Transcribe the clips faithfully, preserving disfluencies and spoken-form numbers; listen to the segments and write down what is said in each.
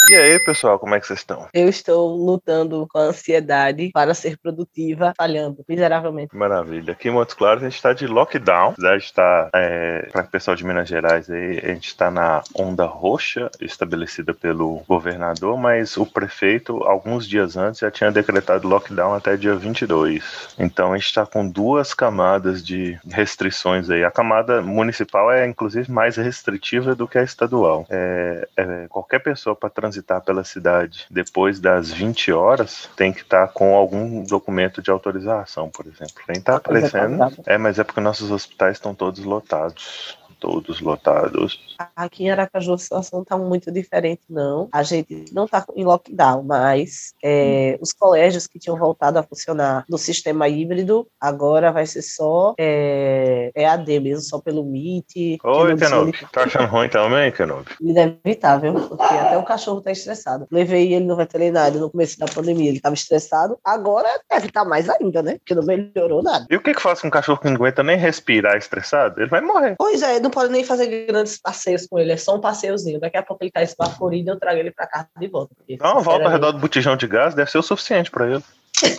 E aí, pessoal, como é que vocês estão? Eu estou lutando com a ansiedade para ser produtiva, falhando miseravelmente. Maravilha. Aqui em Montes Claros a gente está de lockdown. A cidade está, é, para o pessoal de Minas Gerais, aí, a gente está na onda roxa estabelecida pelo governador, mas o prefeito, alguns dias antes, já tinha decretado lockdown até dia vinte e dois. Então a gente está com duas camadas de restrições aí. A camada municipal é, inclusive, mais restritiva do que a estadual. É, é, qualquer pessoa para transitar pela cidade depois das vinte horas tem que estar com algum documento de autorização, por exemplo. Nem tá aparecendo. É, mas é porque nossos hospitais estão todos lotados. Todos lotados. Aqui em Aracaju a situação está muito diferente, não. A gente não está em lockdown, mas é, os colégios que tinham voltado a funcionar no sistema híbrido, agora vai ser só é, E A D mesmo, só pelo Meet. Oi, Kenobi. Tá achando ruim também, Kenobi? Inevitável, porque até o cachorro tá estressado. Levei ele no veterinário no começo da pandemia, ele estava estressado. Agora deve estar mais ainda, né? Porque não melhorou nada. E o que que faz com um cachorro que não aguenta nem respirar estressado? Ele vai morrer. Pois é, não pode nem fazer grandes passeios com ele, é só um passeiozinho. Daqui a pouco ele tá esbaforido e eu trago ele pra casa de volta. Porque, Dá uma volta ao redor do botijão de gás, deve ser o suficiente pra ele.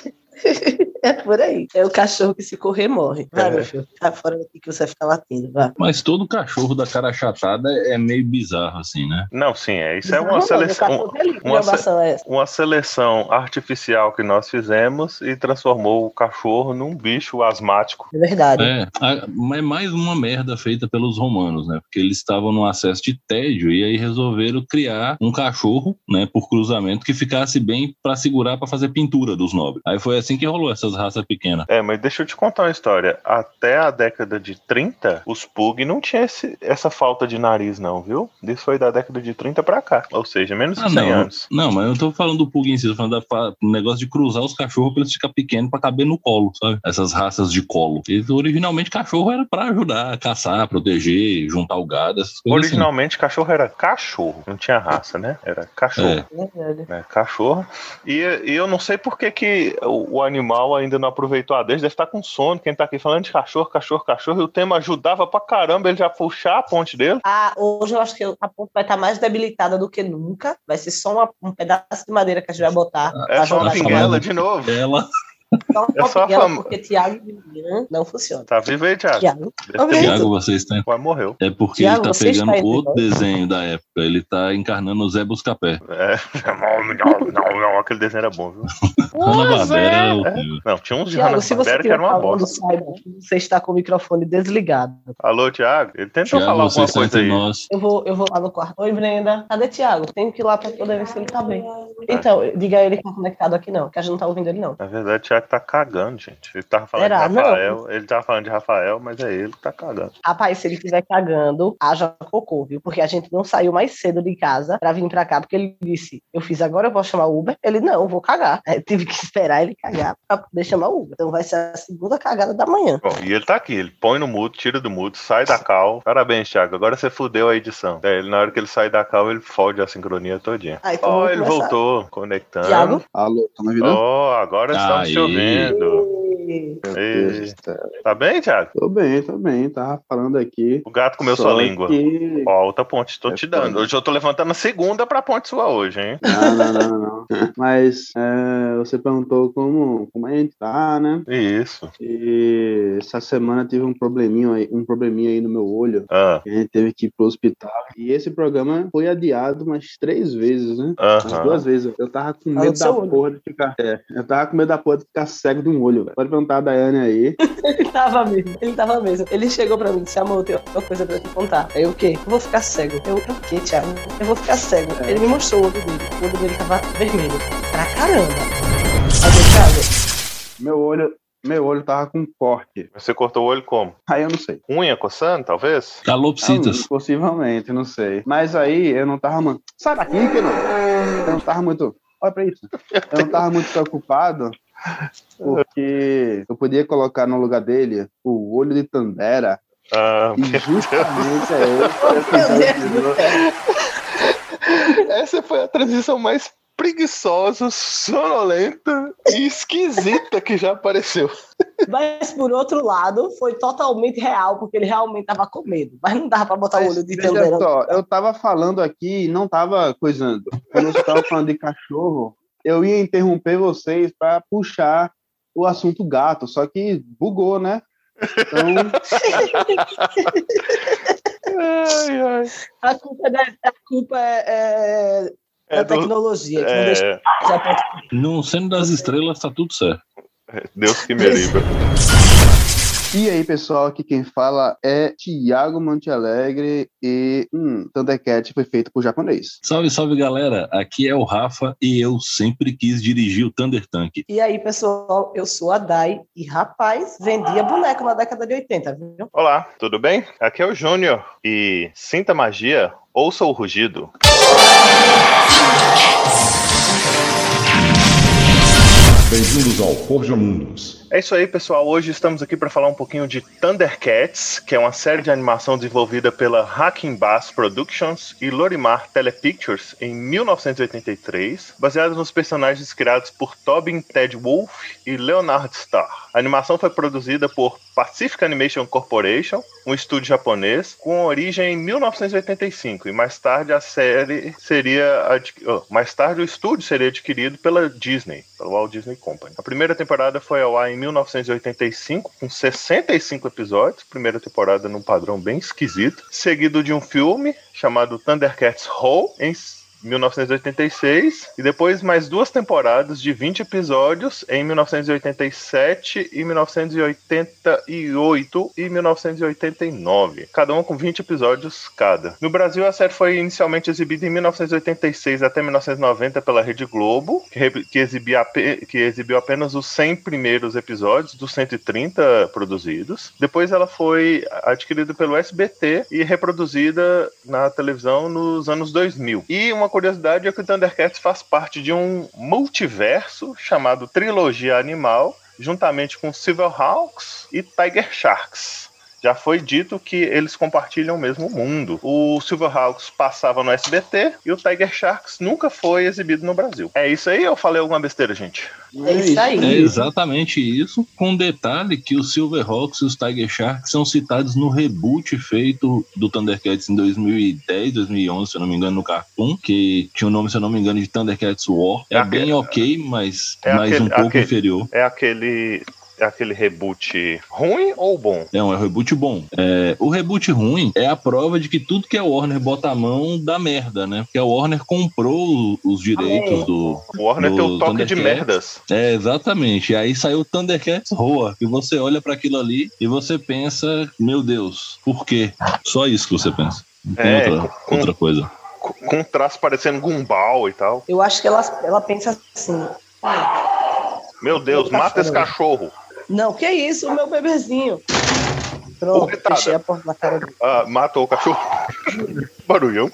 É por aí. É o cachorro que se correr morre. Vai, é. Meu filho, tá fora daqui que você fica latindo, vai. Mas todo cachorro da cara achatada é meio bizarro, assim, né? Não, sim, é. Isso bizarro é uma seleção. Uma, uma, é uma seleção artificial que nós fizemos e transformou o cachorro num bicho asmático. É verdade. É, mas mais uma merda feita pelos romanos, né? Porque eles estavam num acesso de tédio e aí resolveram criar um cachorro, né, por cruzamento, que ficasse bem pra segurar pra fazer pintura dos nobres. Aí foi assim que rolou essas raças pequenas. É, mas deixa eu te contar uma história. Até a década de trinta, os Pug não tinham esse, essa falta de nariz, não, viu? Isso foi da década de trinta pra cá. Ou seja, menos de ah, cem não, anos. Não, mas eu não tô falando do Pug em si, tô falando do negócio de cruzar os cachorros pra eles ficarem pequenos pra caber no colo, sabe? Essas raças de colo. E, originalmente, cachorro era pra ajudar a caçar, proteger, juntar o gado, essas coisas. Originalmente, assim. Cachorro era cachorro. Não tinha raça, né? Era cachorro. É. É, cachorro. E, e eu não sei por que, que o, o animal ainda não aproveitou a deixa, deve estar com sono. Quem tá aqui falando de cachorro, cachorro, cachorro, e o tema ajudava pra caramba ele já puxar a ponte dele. Ah, hoje eu acho que a ponte vai estar mais debilitada do que nunca. Vai ser só uma, um pedaço de madeira que a gente vai botar. É só uma pinguela de novo. Ela... Só uma é só pinguela, fam... porque Thiago de manhã não funciona. Tá vivo aí, Thiago? Tiago, Thiago vocês têm. Quase morreu. É porque Thiago, ele tá pegando outro desenho da época. Ele tá encarnando o Zé Buscapé. É, não, não, não, aquele desenho era bom, viu? Hanna-Barbera era o é. Não, tinha uns de Hanna-Barbera que era uma bosta. Saiba, você está com o microfone desligado. Alô, Thiago? Ele tentou Thiago, falar alguma coisa aí. Nós. Eu vou, eu vou lá no quarto. Oi, Brenda. Cadê Thiago? Tenho que ir lá pra poder ver se ele tá bem. Então, diga a ele que tá conectado aqui não, que a gente não tá ouvindo ele não. Na verdade, o Thiago tá cagando, gente. Ele tava falando Será? de Rafael, não. Ele tava falando de Rafael, mas é ele que tá cagando. Rapaz, se ele estiver cagando, haja cocô, viu? Porque a gente não saiu mais cedo de casa pra vir pra cá, porque ele disse, eu fiz agora, eu posso chamar o Uber? Ele, não, vou cagar. Aí eu tive que esperar ele cagar pra poder chamar o Uber. Então vai ser a segunda cagada da manhã. Bom, e ele tá aqui, ele põe no mudo, tira do mudo, sai da cal. Parabéns, Thiago, agora você fudeu a edição. É, ele, na hora que ele sai da cal, ele fode a sincronia todinha. Ó, oh, ele começar. Voltou, conectando. Thiago? Alô, tá me ouvindo? Ó, oh, agora estamos te ouvindo. Ei, tá bem, Thiago? Tô bem, tô bem, tava falando aqui. O gato comeu sua língua. Que... Ó, outra ponte, tô é te dando. Hoje eu tô levantando a segunda pra ponte sua hoje, hein? Não, não, não, não. Mas é, você perguntou como, como a gente tá, né? Isso. E essa semana tive um probleminha aí, um probleminha aí no meu olho. Ah. Que a gente teve que ir pro hospital. E esse programa foi adiado umas três vezes, né? Uh-huh. Umas duas vezes. Eu tava com medo da porra de ficar. É, eu tava com medo da porra de ficar cego de um olho, velho. Pode perguntar a Daiane aí. Ele tava mesmo, ele tava mesmo. Ele chegou pra mim e disse, amor, eu tenho uma coisa pra te contar. Aí eu, o quê? Eu vou ficar cego. Eu, o quê, Thiago? Eu vou ficar cego. É. Ele me mostrou o olho dele. O olho dele tava vermelho. Pra caramba. Aí, Thiago, meu olho... Meu olho tava com corte. Você cortou o olho como? Aí eu não sei. Unha coçando, talvez? Calopsitas. Ah, possivelmente, não sei. Mas aí eu não tava... Man... Sai daqui, que não. Eu não tava muito... Olha pra isso. Eu não tava muito preocupado porque eu podia colocar no lugar dele o olho de Tandera. Ah, e justamente é esse. Essa foi a transição mais preguiçosa, sonolenta e esquisita que já apareceu. Mas, por outro lado, foi totalmente real, porque ele realmente tava com medo. Mas não dava pra botar o olho de Veja Tandeira. só, eu tava falando aqui e não tava coisando. Quando você tava falando de cachorro, eu ia interromper vocês pra puxar o assunto gato, só que bugou, né? Então, Ai, ai. A culpa é, da, a culpa é, é É da do- tecnologia, que não é. deixa... Não sendo das estrelas, tá tudo certo. Deus que me livre. e aí, pessoal, aqui quem fala é Thiago Montealegre e hum, Thundercat foi feito por japonês. Salve, salve, galera. Aqui é o Rafa e eu sempre quis dirigir o Thunder Tank. E aí, pessoal, eu sou a Dai e, rapaz, vendia boneco na década de oitenta, viu? Olá, tudo bem? Aqui é o Júnior e sinta magia, ouça o rugido. Bem-vindos ao Forja Mundos. É isso aí, pessoal. Hoje estamos aqui para falar um pouquinho de Thundercats, que é uma série de animação desenvolvida pela Hacking Bass Productions e Lorimar Telepictures em mil novecentos e oitenta e três, baseada nos personagens criados por Tobin Ted Wolfe e Leonard Starr. A animação foi produzida por Pacific Animation Corporation, um estúdio japonês, com origem em mil novecentos e oitenta e cinco, e mais tarde a série seria adqu... oh, mais tarde o estúdio seria adquirido pela Disney, pela Walt Disney Company. A primeira temporada foi ao ar em mil novecentos e oitenta e cinco, com sessenta e cinco episódios, primeira temporada num padrão bem esquisito, seguido de um filme chamado Thundercats Ho, em mil novecentos e oitenta e seis, e depois mais duas temporadas de vinte episódios em mil novecentos e oitenta e sete e mil novecentos e oitenta e oito e mil novecentos e oitenta e nove, cada uma com vinte episódios cada. No Brasil, a série foi inicialmente exibida em mil novecentos e oitenta e seis até mil novecentos e noventa pela Rede Globo, que, re- que, exibia ape- que exibiu apenas os cem primeiros episódios dos cento e trinta produzidos. Depois ela foi adquirida pelo S B T e reproduzida na televisão nos anos dois mil. E uma curiosidade é que o Thundercats faz parte de um multiverso chamado Trilogia Animal, juntamente com Silverhawks e Tiger Sharks. Já foi dito que eles compartilham o mesmo mundo. O Silverhawks passava no S B T e o Tiger Sharks nunca foi exibido no Brasil. É isso aí ou eu falei alguma besteira, gente? É isso aí. É exatamente isso, com detalhe que os Silverhawks e os Tiger Sharks são citados no reboot feito do Thundercats em dois mil e dez, dois mil e onze, se eu não me engano, no Cartoon, que tinha o nome, se eu não me engano, de Thundercats War. É, É bem aquele- ok, mas é mais aquele- um pouco aquele- inferior. É aquele... É aquele reboot ruim ou bom? Não, é um reboot bom. É, o reboot ruim é a prova de que tudo que a Warner bota a mão dá merda, né? Porque a Warner comprou os direitos Amém. do... O Warner do tem o toque de Thundercats. merdas. É, exatamente. E aí saiu o Thundercats Roar. E você olha pra aquilo ali e você pensa, meu Deus, por quê? Só isso que você pensa. Não tem É, outra, com- outra coisa. Com com um traço parecendo Gumball e tal. Eu acho que ela, ela pensa assim... Meu Deus, mata esse cachorro. Não, que isso, o meu bebezinho. Pronto, Coitada. fechei a porta na cara dele. Ah, matou o cachorro. Barulhão.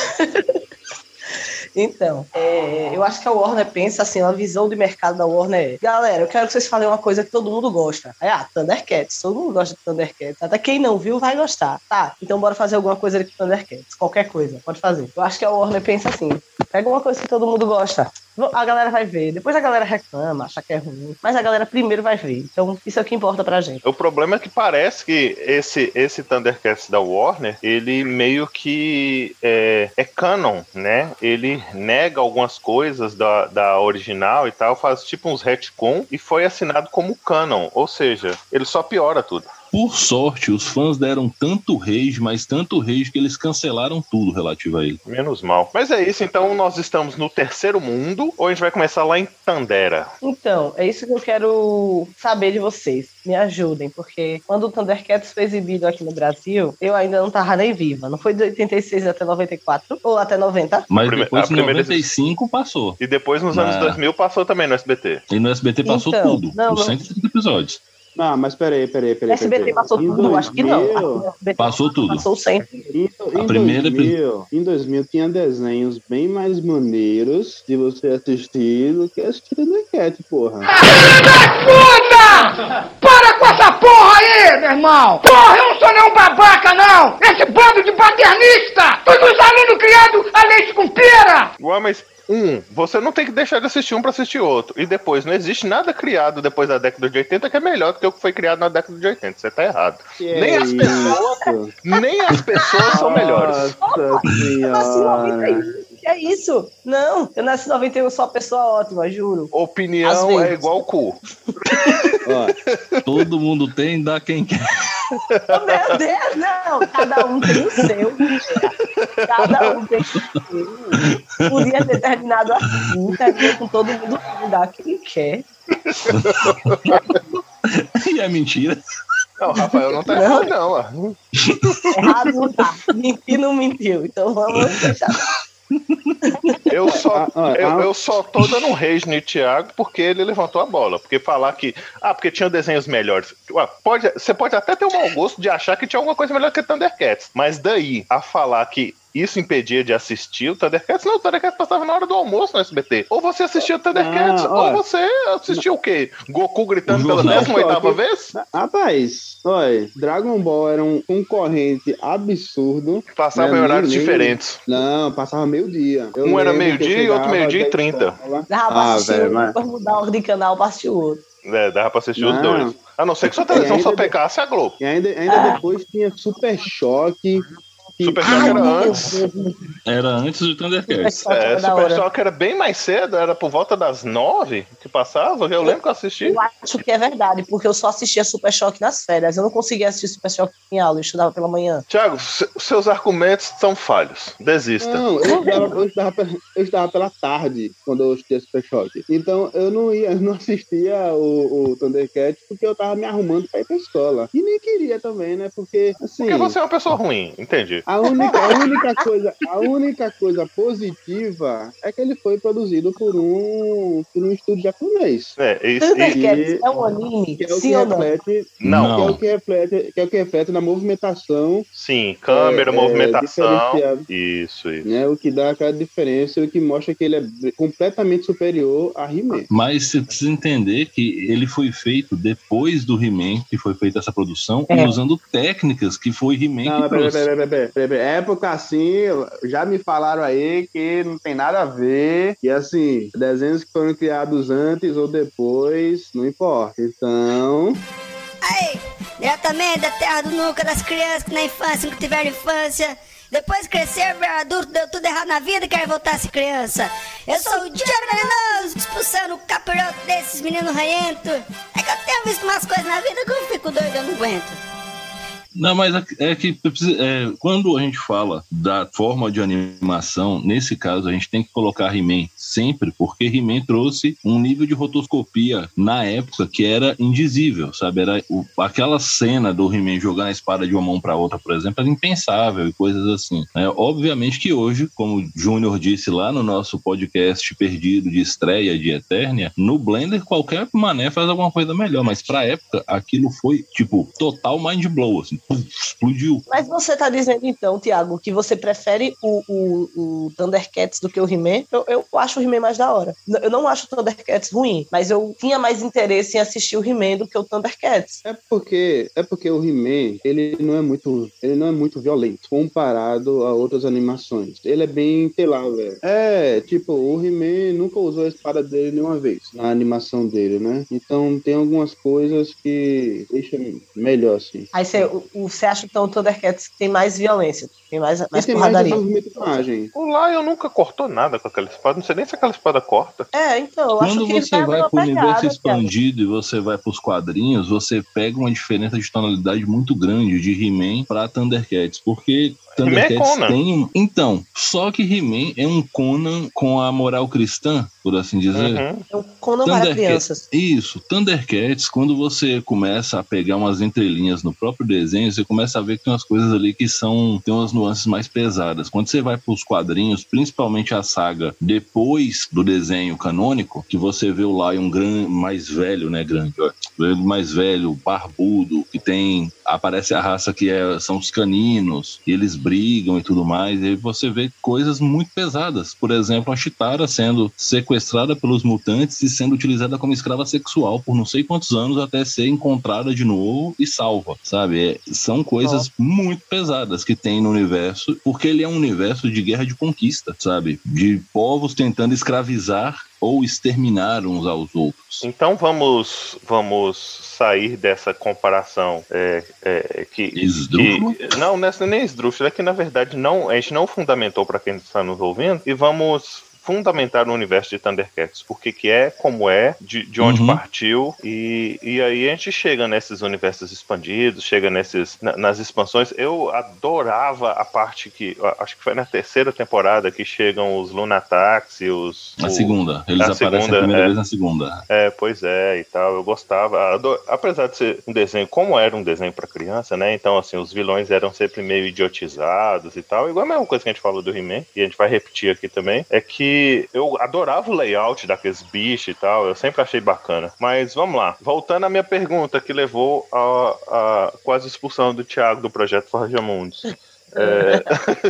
Então, é, eu acho que a Warner pensa assim, a visão de mercado da Warner é: galera, eu quero que vocês falem uma coisa que todo mundo gosta. Aí, ah, Thundercats, todo mundo gosta de Thundercats. Até quem não viu vai gostar. Tá, então bora fazer alguma coisa com Thundercats. Qualquer coisa, pode fazer. Eu acho que a Warner pensa assim: pega uma coisa que todo mundo gosta, a galera vai ver, depois a galera reclama, acha que é ruim, mas a galera primeiro vai ver. Então, isso é o que importa pra gente. O problema é que parece que esse, esse Thundercats da Warner, ele meio que é, é canon, né? Ele nega algumas coisas da, da original e tal, faz tipo uns retcon e foi assinado como canon, ou seja, ele só piora tudo. Por sorte, os fãs deram tanto rage, mas tanto rage que eles cancelaram tudo relativo a ele. Menos mal. Mas é isso, então nós estamos no terceiro mundo, ou a gente vai começar lá em Tandera? Então, é isso que eu quero saber de vocês. Me ajudem, porque quando o Thundercats foi exibido aqui no Brasil, eu ainda não tava nem viva. Não foi de oitenta e seis até noventa e quatro? Ou até noventa? Mas Prime- depois, a em primeira noventa e cinco, passou. E depois nos anos Ah. dois mil passou também no S B T. E no S B T passou Então, tudo, não, os não. cento e trinta episódios. Não, mas peraí, peraí, peraí. S B T peraí. passou Em tudo? Eu acho que não. dois mil, Aqui no S B T Passou tudo. Passou sempre. Em, A em, primeira- dois mil, em dois mil tinha desenhos bem mais maneiros de você assistir do que assistir Thundercat, porra. Para com essa porra aí, meu irmão! Porra, eu não sou nenhum babaca, não! Esse bando de paternista! Todos os alunos criados a leite com pera! Ué, mas... Um, você não tem que deixar de assistir um pra assistir outro. E depois, não existe nada criado depois da década de oitenta que é melhor do que o que foi criado na década de oitenta. Você tá errado. Que nem, é as pessoas, nem as pessoas são melhores. Nossa eu nasci em noventa e um. Que é isso? Não, eu nasci em noventa e um, eu sou uma pessoa ótima, juro. Opinião é igual cu. Ó, todo mundo tem, dá quem quer. Oh, meu Deus, não. Cada um tem o seu. Cada um tem o seu. Podia ter terminado assim, terminou com todo mundo dá quem quer. E é mentira. Não, o Rafael não tá errado, não. Ó. Errado não tá. Mentir não mentiu. Então vamos deixar. Eu só, eu, eu só tô dando um rage no Thiago porque ele levantou a bola. Porque falar que. Ah, porque tinha desenhos melhores. Ué, pode, você pode até ter o mau gosto de achar que tinha alguma coisa melhor que Thundercats. Mas daí a falar que isso impedia de assistir o Thundercats, não, o Thundercats passava na hora do almoço no S B T. Ou você assistia o Thundercats, ah, ou você assistia o quê? Goku gritando pela décima oitava vez? Rapaz, olha, Dragon Ball era um concorrente absurdo. Passava né? em horários nem, diferentes. Não, passava meio-dia. Eu um era meio-dia e outro meio-dia e trinta. Dava pra assistir um, depois mudar a ordem de canal pra assistir o outro. É, dava pra assistir não. os dois. A não ser que sua televisão só pegasse a Globo. E ainda, ainda ah. depois tinha Super Choque. Super Choque era antes. Era antes do Thundercats. É, Super Choque era bem mais cedo, era por volta das nove que passava. Eu lembro que eu assisti. Eu acho que é verdade, porque eu só assistia Super Choque nas férias. Eu não conseguia assistir Super Choque em aula, eu estudava pela manhã. Thiago, seus argumentos são falhos. Desista. Não, eu estudava, eu estudava, eu estudava pela tarde quando eu assistia Super Choque. Então eu não ia, eu não assistia o, o Thundercats porque eu tava me arrumando pra ir pra escola. E nem queria também, né? Porque assim. Porque você é uma pessoa ruim, entendi. A única, a, única coisa, a única coisa positiva é que ele foi produzido por um, por um estúdio japonês. É, isso, Thundercats é um anime? Que é o Sim que ou não? reflete, não. Que é o que reflete, que é o que reflete na movimentação. Sim, câmera, é, movimentação. É isso, isso. Né, o que dá aquela diferença, o que mostra que ele é completamente superior a He-Man. Mas você precisa entender que ele foi feito depois do He-Man, que foi feita essa produção, é. e usando técnicas que foi He-Man que não, trouxe. Pera, pera, pera, pera, pera. Época assim, já me falaram aí que não tem nada a ver, e assim, desenhos que foram criados antes ou depois, não importa. Então... Aí, diretamente da terra do nunca das crianças que na infância, que tiveram infância, depois crescer, ver adulto, deu tudo errado na vida e quer voltar a ser criança. Eu sou o Diego Venenoso, expulsando o capiroto desses meninos ranhentos. É que eu tenho visto umas coisas na vida que eu fico doido, eu não aguento. Não, mas é que é, quando a gente fala da forma de animação, nesse caso a gente tem que colocar He-Man sempre, porque He-Man trouxe um nível de rotoscopia na época que era indizível, sabe? Era o, aquela cena do He-Man jogar a espada de uma mão para outra, por exemplo, era impensável e coisas assim. É, obviamente que hoje, como o Júnior disse lá no nosso podcast perdido de estreia de Eternia, no Blender qualquer mané faz alguma coisa melhor, mas pra época aquilo foi tipo total mind blow, assim. Explodiu. Mas você tá dizendo então, Thiago, que você prefere o, o, o Thundercats do que o He-Man? Eu, eu acho o He-Man mais da hora. Eu não acho o Thundercats ruim, mas eu tinha mais interesse em assistir o He-Man do que o Thundercats. É porque, é porque o He-Man, ele não é muito, ele não é muito violento comparado a outras animações. Ele é bem, sei lá, velho. É, tipo, o He-Man nunca usou a espada dele nenhuma vez na animação dele, né? Então tem algumas coisas que deixam melhor, assim. Aí você, o, você acha então o Thundercats tem mais violência, tem mais, mais tem porradaria. Mais o Lion nunca cortou nada com aquela espada, não sei nem se aquela espada corta. É, então, eu Quando acho que você vai pro universo pegada, expandido cara. E você vai pros quadrinhos, você pega uma diferença de tonalidade muito grande de He-Man pra Thundercats, porque Thundercats é tem... Então, só que He-Man é um Conan com a moral cristã, por assim dizer. Uhum. É um Conan para crianças. Isso. Thundercats, quando você começa a pegar umas entrelinhas no próprio desenho, você começa a ver que tem umas coisas ali que são... tem umas nuances mais pesadas. Quando você vai pros quadrinhos, principalmente a saga depois do desenho canônico, que você vê o Lion gran... mais velho, né? Grande, ó. Mais velho, barbudo, que tem... aparece a raça que é... são os caninos, e eles brigam e tudo mais, e aí você vê coisas muito pesadas. Por exemplo, a Chitara sendo sequestrada pelos mutantes e Artex sendo utilizada como escrava sexual por não sei quantos anos até ser encontrada de novo e salva, sabe? É, são coisas oh. muito pesadas que tem no universo, porque ele é um universo de guerra de conquista, sabe? De povos tentando escravizar ou exterminar uns aos outros. Então vamos, vamos sair dessa comparação é, é, que, que não, nessa nem esdrúxula, é que na verdade não, a gente não fundamentou para quem está nos ouvindo, e vamos fundamentar o universo de Thundercats, porque que é, como é, de, de onde uhum. partiu, e, e aí a gente chega nesses universos expandidos, chega nesses, na, nas expansões. Eu adorava a parte que, acho que foi na terceira temporada, que chegam os Lunatax e os... Na o, segunda, eles aparecem segunda, a primeira é, vez na segunda. É, pois é, e tal, eu gostava, ador, apesar de ser um desenho, como era um desenho para criança, né, então assim, os vilões eram sempre meio idiotizados e tal, igual a mesma coisa que a gente falou do He-Man, e a gente vai repetir aqui também, é que eu adorava o layout daqueles bichos e tal, eu sempre achei bacana. Mas vamos lá, voltando à minha pergunta que levou a, a quase expulsão do Thiago do projeto Forja Mundos. É,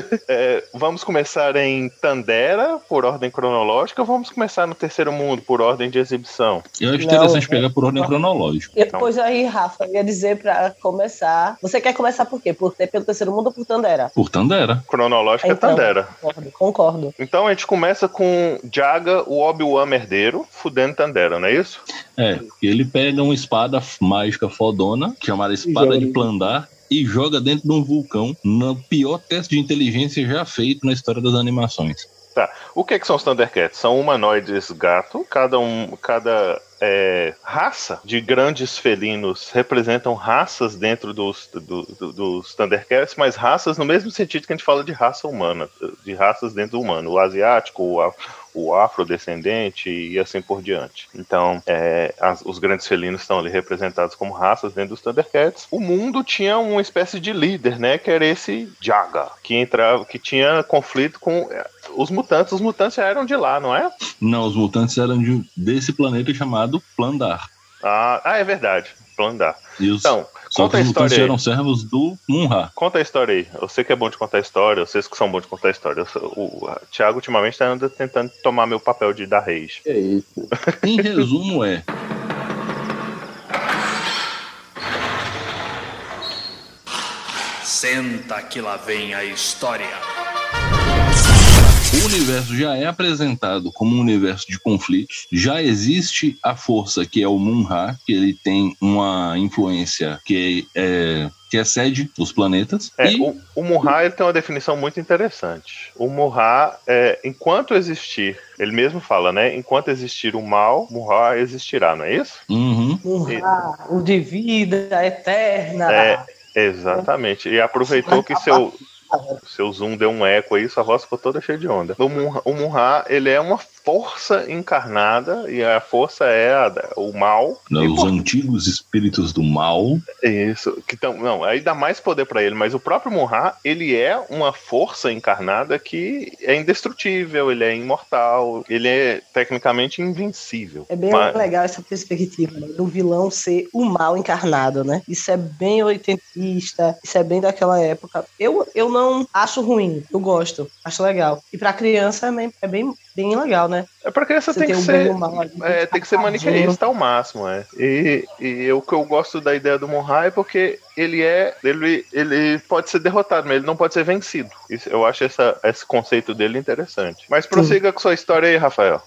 é, vamos começar em Tandera por ordem cronológica ou vamos começar no Terceiro Mundo por ordem de exibição? Eu acho interessante não, pegar por ordem não. cronológica. E depois aí, Rafa, eu ia dizer pra começar. Você quer começar por quê? Por ter pelo Terceiro Mundo ou por Tandera? Por Tandera. Cronológica então, é Tandera. Concordo, concordo. Então a gente começa com Jaga, o Obi-Wan merdeiro, fudendo Tandera, não é isso? É, ele pega uma espada mágica fodona, chamada Espada de Plandar, e joga dentro de um vulcão no pior teste de inteligência já feito na história das animações. Tá. O que, é que são os Thundercats? São humanoides gato, cada um, cada é, raça de grandes felinos representam raças dentro dos, do, do, dos Thundercats, mas raças no mesmo sentido que a gente fala de raça humana, de raças dentro do humano, o asiático, o, o afrodescendente e assim por diante. Então, é, as, os grandes felinos estão ali representados como raças dentro dos Thundercats. O mundo tinha uma espécie de líder, né, que era esse Jaga, que entrava, que tinha conflito com os mutantes. Os mutantes já eram de lá, não é? Não, os mutantes eram de, desse planeta chamado Plandar. Ah, ah, é verdade, Plandar. Os, então, só conta que a os história mutantes aí. eram servos do Mun-Ra. Conta a história aí. Eu sei que é bom de contar a história, vocês que são bons de contar a história. Eu, o, o Thiago ultimamente está andando tentando tomar meu papel de dar rage. Que isso? Em resumo é... Senta que lá vem a história. O universo já é apresentado como um universo de conflitos. Já existe a força que é o Mun-Ra, que ele tem uma influência que é, que excede os planetas. É, e... o, o Mun-Ra ele tem uma definição muito interessante. O Mun-Ra, é, enquanto existir, ele mesmo fala, né? Enquanto existir o mal, Mun-Ra existirá, não é isso? Uhum. Mun-Ra, o de vida eterna. É, exatamente. E aproveitou que seu... seu zoom deu um eco aí, sua voz ficou toda cheia de onda. O Mun-Ra, o Mun-Ra, ele é uma força encarnada, e a força é a, o mal. Não, os por... antigos espíritos do mal. Isso. Que tão, não, aí dá mais poder pra ele, mas o próprio Mun-Ra, ele é uma força encarnada que é indestrutível, ele é imortal, ele é tecnicamente invencível. É bem mas... legal essa perspectiva, né? Do vilão ser o mal encarnado, né? Isso é bem oitentista, isso é bem daquela época. Eu, eu não acho ruim, eu gosto, acho legal. E pra criança é bem, é bem, bem legal, né? É pra criança tem que, um ser, mal, é, tem que ser maniqueísta ao máximo, é. E, e o que eu gosto da ideia do Mun-Ra é porque ele é, ele, ele pode ser derrotado, mas ele não pode ser vencido. Isso, eu acho essa, esse conceito dele interessante. Mas prossiga Sim. com sua história aí, Rafael.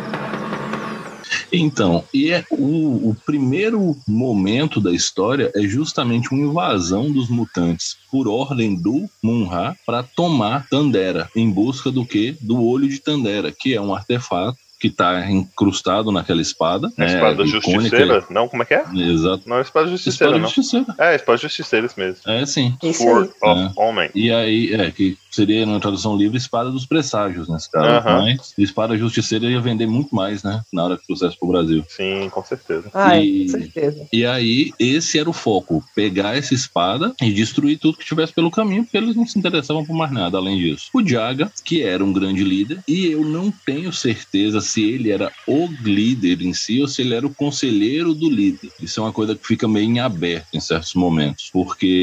Então, e é o, o primeiro momento da história é justamente uma invasão dos mutantes por ordem do Mun-Ra para tomar Tandera, em busca do quê? Do olho de Tandera, que é um artefato que está incrustado naquela espada. A né, espada justiceira? Não, como é que é? Exato. Não, é espada justiceira, espada não. Justiceira. É, espada justiceira, isso mesmo. É, sim. Sword of é. Omen. E aí, é, que seria, na tradução livre, espada dos presságios, nesse caso. Uh-huh. Mas espada justiceira ia vender muito mais, né? Na hora que trouxesse pro Brasil. Sim, com certeza. Ah, e, com certeza. E aí, esse era o foco. Pegar essa espada e destruir tudo que tivesse pelo caminho, porque eles não se interessavam por mais nada além disso. O Jaga, que era um grande líder, e eu não tenho certeza se ele era o líder em si ou se ele era o conselheiro do líder. Isso é uma coisa que fica meio em aberto em certos momentos, porque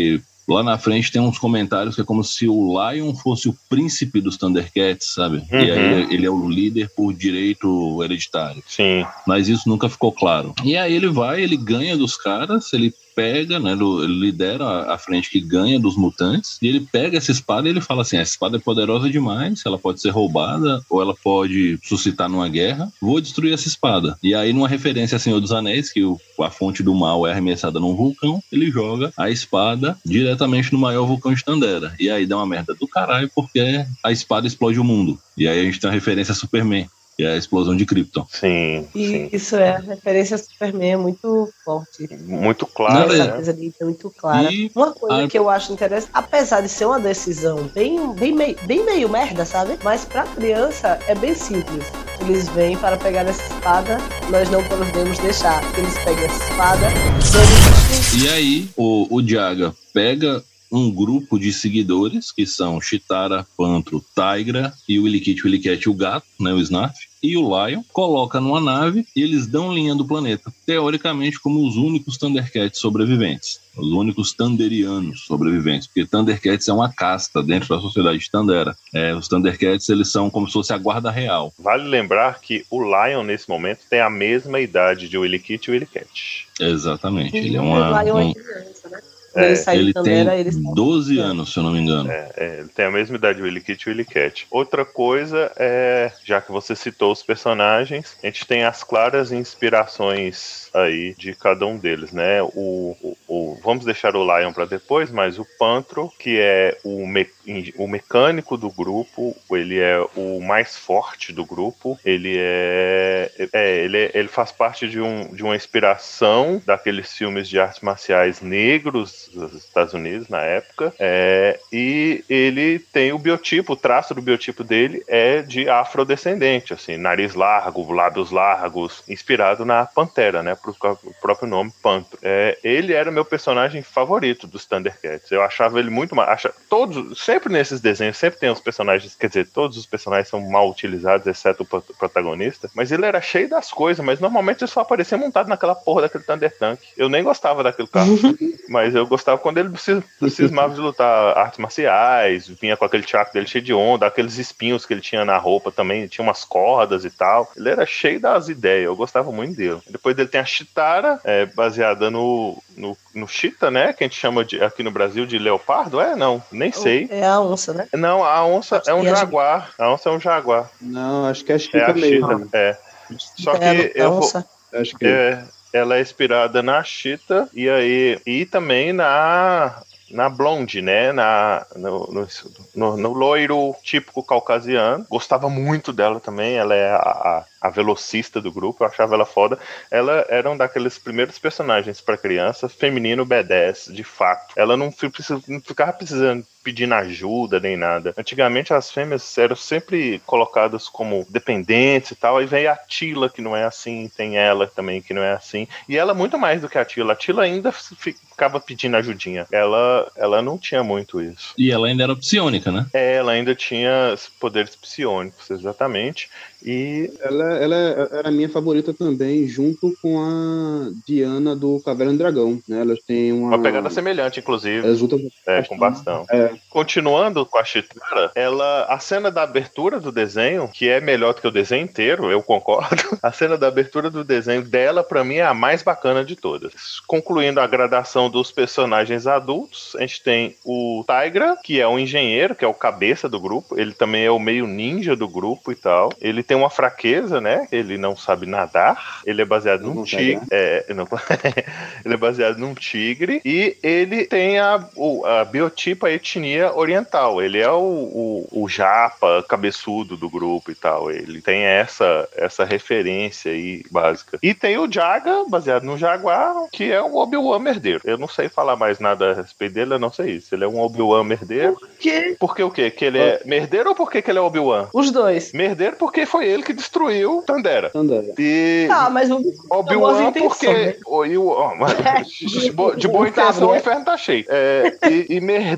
lá na frente tem uns comentários que é como se o Lion fosse o príncipe dos Thundercats, sabe? Uhum. E aí ele é o líder por direito hereditário. Sim. Mas isso nunca ficou claro. E aí ele vai, ele ganha dos caras, ele pega, né, ele lidera a frente que ganha dos mutantes, e ele pega essa espada e ele fala assim, essa espada é poderosa demais, ela pode ser roubada, ou ela pode suscitar numa guerra, vou destruir essa espada. E aí, numa referência a Senhor dos Anéis, que o, a fonte do mal é arremessada num vulcão, ele joga a espada diretamente no maior vulcão de Thundera. E aí dá uma merda do caralho, porque a espada explode o mundo. E aí a gente tem uma referência a Superman, que é a explosão de Krypton. Sim, e sim. Isso é, a referência a Superman é muito forte. Muito clara, Essa né? coisa ali é muito clara. E uma coisa a... que eu acho interessante, apesar de ser uma decisão bem, bem, meio, bem meio merda, sabe? Mas pra criança é bem simples. Eles vêm para pegar essa espada, nós não podemos deixar que eles peguem essa espada. Eles... E aí, o, o Jaga pega um grupo de seguidores, que são Chitara, Pantro, Tigra e o Willikit, o Willicat e o gato, né, o Snarf, e o Lion, coloca numa nave e eles dão linha do planeta, teoricamente como os únicos Thundercats sobreviventes, os únicos Thunderianos sobreviventes, porque Thundercats é uma casta dentro da sociedade de Thundera. É, os Thundercats, eles são como se fosse a guarda real. Vale lembrar que o Lion, nesse momento, tem a mesma idade de Willikit e Willicat. Exatamente, ele é uma... Lion um... é criança, né? É, ele sai ele de Thundera, tem eles doze anos, se eu não me engano. É, é, ele tem a mesma idade, o Willikit e o Willicat. Outra coisa é, já que você citou os personagens, a gente tem as claras inspirações aí de cada um deles, né? O, o, o vamos deixar o Lion para depois, mas o Pantro, que é o, me, o mecânico do grupo, ele é o mais forte do grupo, ele é, é ele, ele faz parte de, um, de uma inspiração daqueles filmes de artes marciais negros dos Estados Unidos na época, é, e ele tem o biotipo, o traço do biotipo dele é de afrodescendente, assim, nariz largo, lábios largos, inspirado na Pantera, né, pro próprio nome, Pantro. É, ele era o meu personagem favorito dos Thundercats, eu achava ele muito mal, acha, todos, sempre nesses desenhos, sempre tem os personagens, quer dizer, todos os personagens são mal utilizados, exceto o protagonista, mas ele era cheio das coisas, mas normalmente ele só aparecia montado naquela porra daquele Thunder Tank. Eu nem gostava daquele carro, mas eu gostava quando ele precisava de lutar artes marciais, vinha com aquele tchaco dele cheio de onda, aqueles espinhos que ele tinha na roupa também, tinha umas cordas e tal. Ele era cheio das ideias, eu gostava muito dele. Depois dele tem a Chitara, é, baseada no, no, no Cheetah, né? Que a gente chama de, aqui no Brasil de leopardo, é? Não, nem sei. É a onça, né? Não, a onça é um jaguar. A onça é um jaguar. Não, acho que é a É Cheetah a mesmo. Cheetah, é. Só É que a eu vou... onça. Acho que É, ela é inspirada na Cheetah e, aí, e também na, na Blonde, né? Na, no, no, no, no loiro típico caucasiano. Gostava muito dela também. Ela é a, a, a velocista do grupo. Eu achava ela foda. Ela era um daqueles primeiros personagens para criança, feminino B dez, de fato. Ela não, não ficava precisando pedindo ajuda nem nada. Antigamente as fêmeas eram sempre colocadas como dependentes e tal, aí vem a Tila, que não é assim, tem ela também, que não é assim, e ela muito mais do que a Tila. A Tila ainda ficava pedindo ajudinha. Ela, ela não tinha muito isso. E ela ainda era psionica, né? É, ela ainda tinha poderes psionicos, exatamente. E ela, ela era a minha favorita também, junto com a Diana do Caverna do Dragão, né? Elas têm uma... uma pegada semelhante, inclusive. Elas lutam é, com bastão. É. Continuando com a Chitara, ela, a cena da abertura do desenho, que é melhor do que o desenho inteiro, eu concordo, a cena da abertura do desenho dela, pra mim, é a mais bacana de todas. Concluindo a gradação dos personagens adultos, a gente tem o Tigra, que é um engenheiro, que é o cabeça do grupo, ele também é o meio ninja do grupo e tal. Ele tem uma fraqueza, né? Ele não sabe nadar, ele é baseado num tigre. É, não, ele é baseado num tigre, e ele tem a, a biotipo, a etnia oriental. Ele é o, o, o japa cabeçudo do grupo e tal. Ele tem essa, essa referência aí básica. E tem o Jaga, baseado no Jaguar, que é um Obi-Wan merdeiro. Eu não sei falar mais nada a respeito dele, eu não sei isso. Ele é um Obi-Wan merdeiro. Por quê? Por que o quê? Que ele é merdeiro ou por que ele é Obi-Wan? Os dois. Merdeiro porque foi ele que destruiu Thundera. Thundera. E Ah, mas o Obi-Wan porque... Né? O, e o, oh, de, bo, de boa intenção o inferno tá cheio. É, e, e merdeiro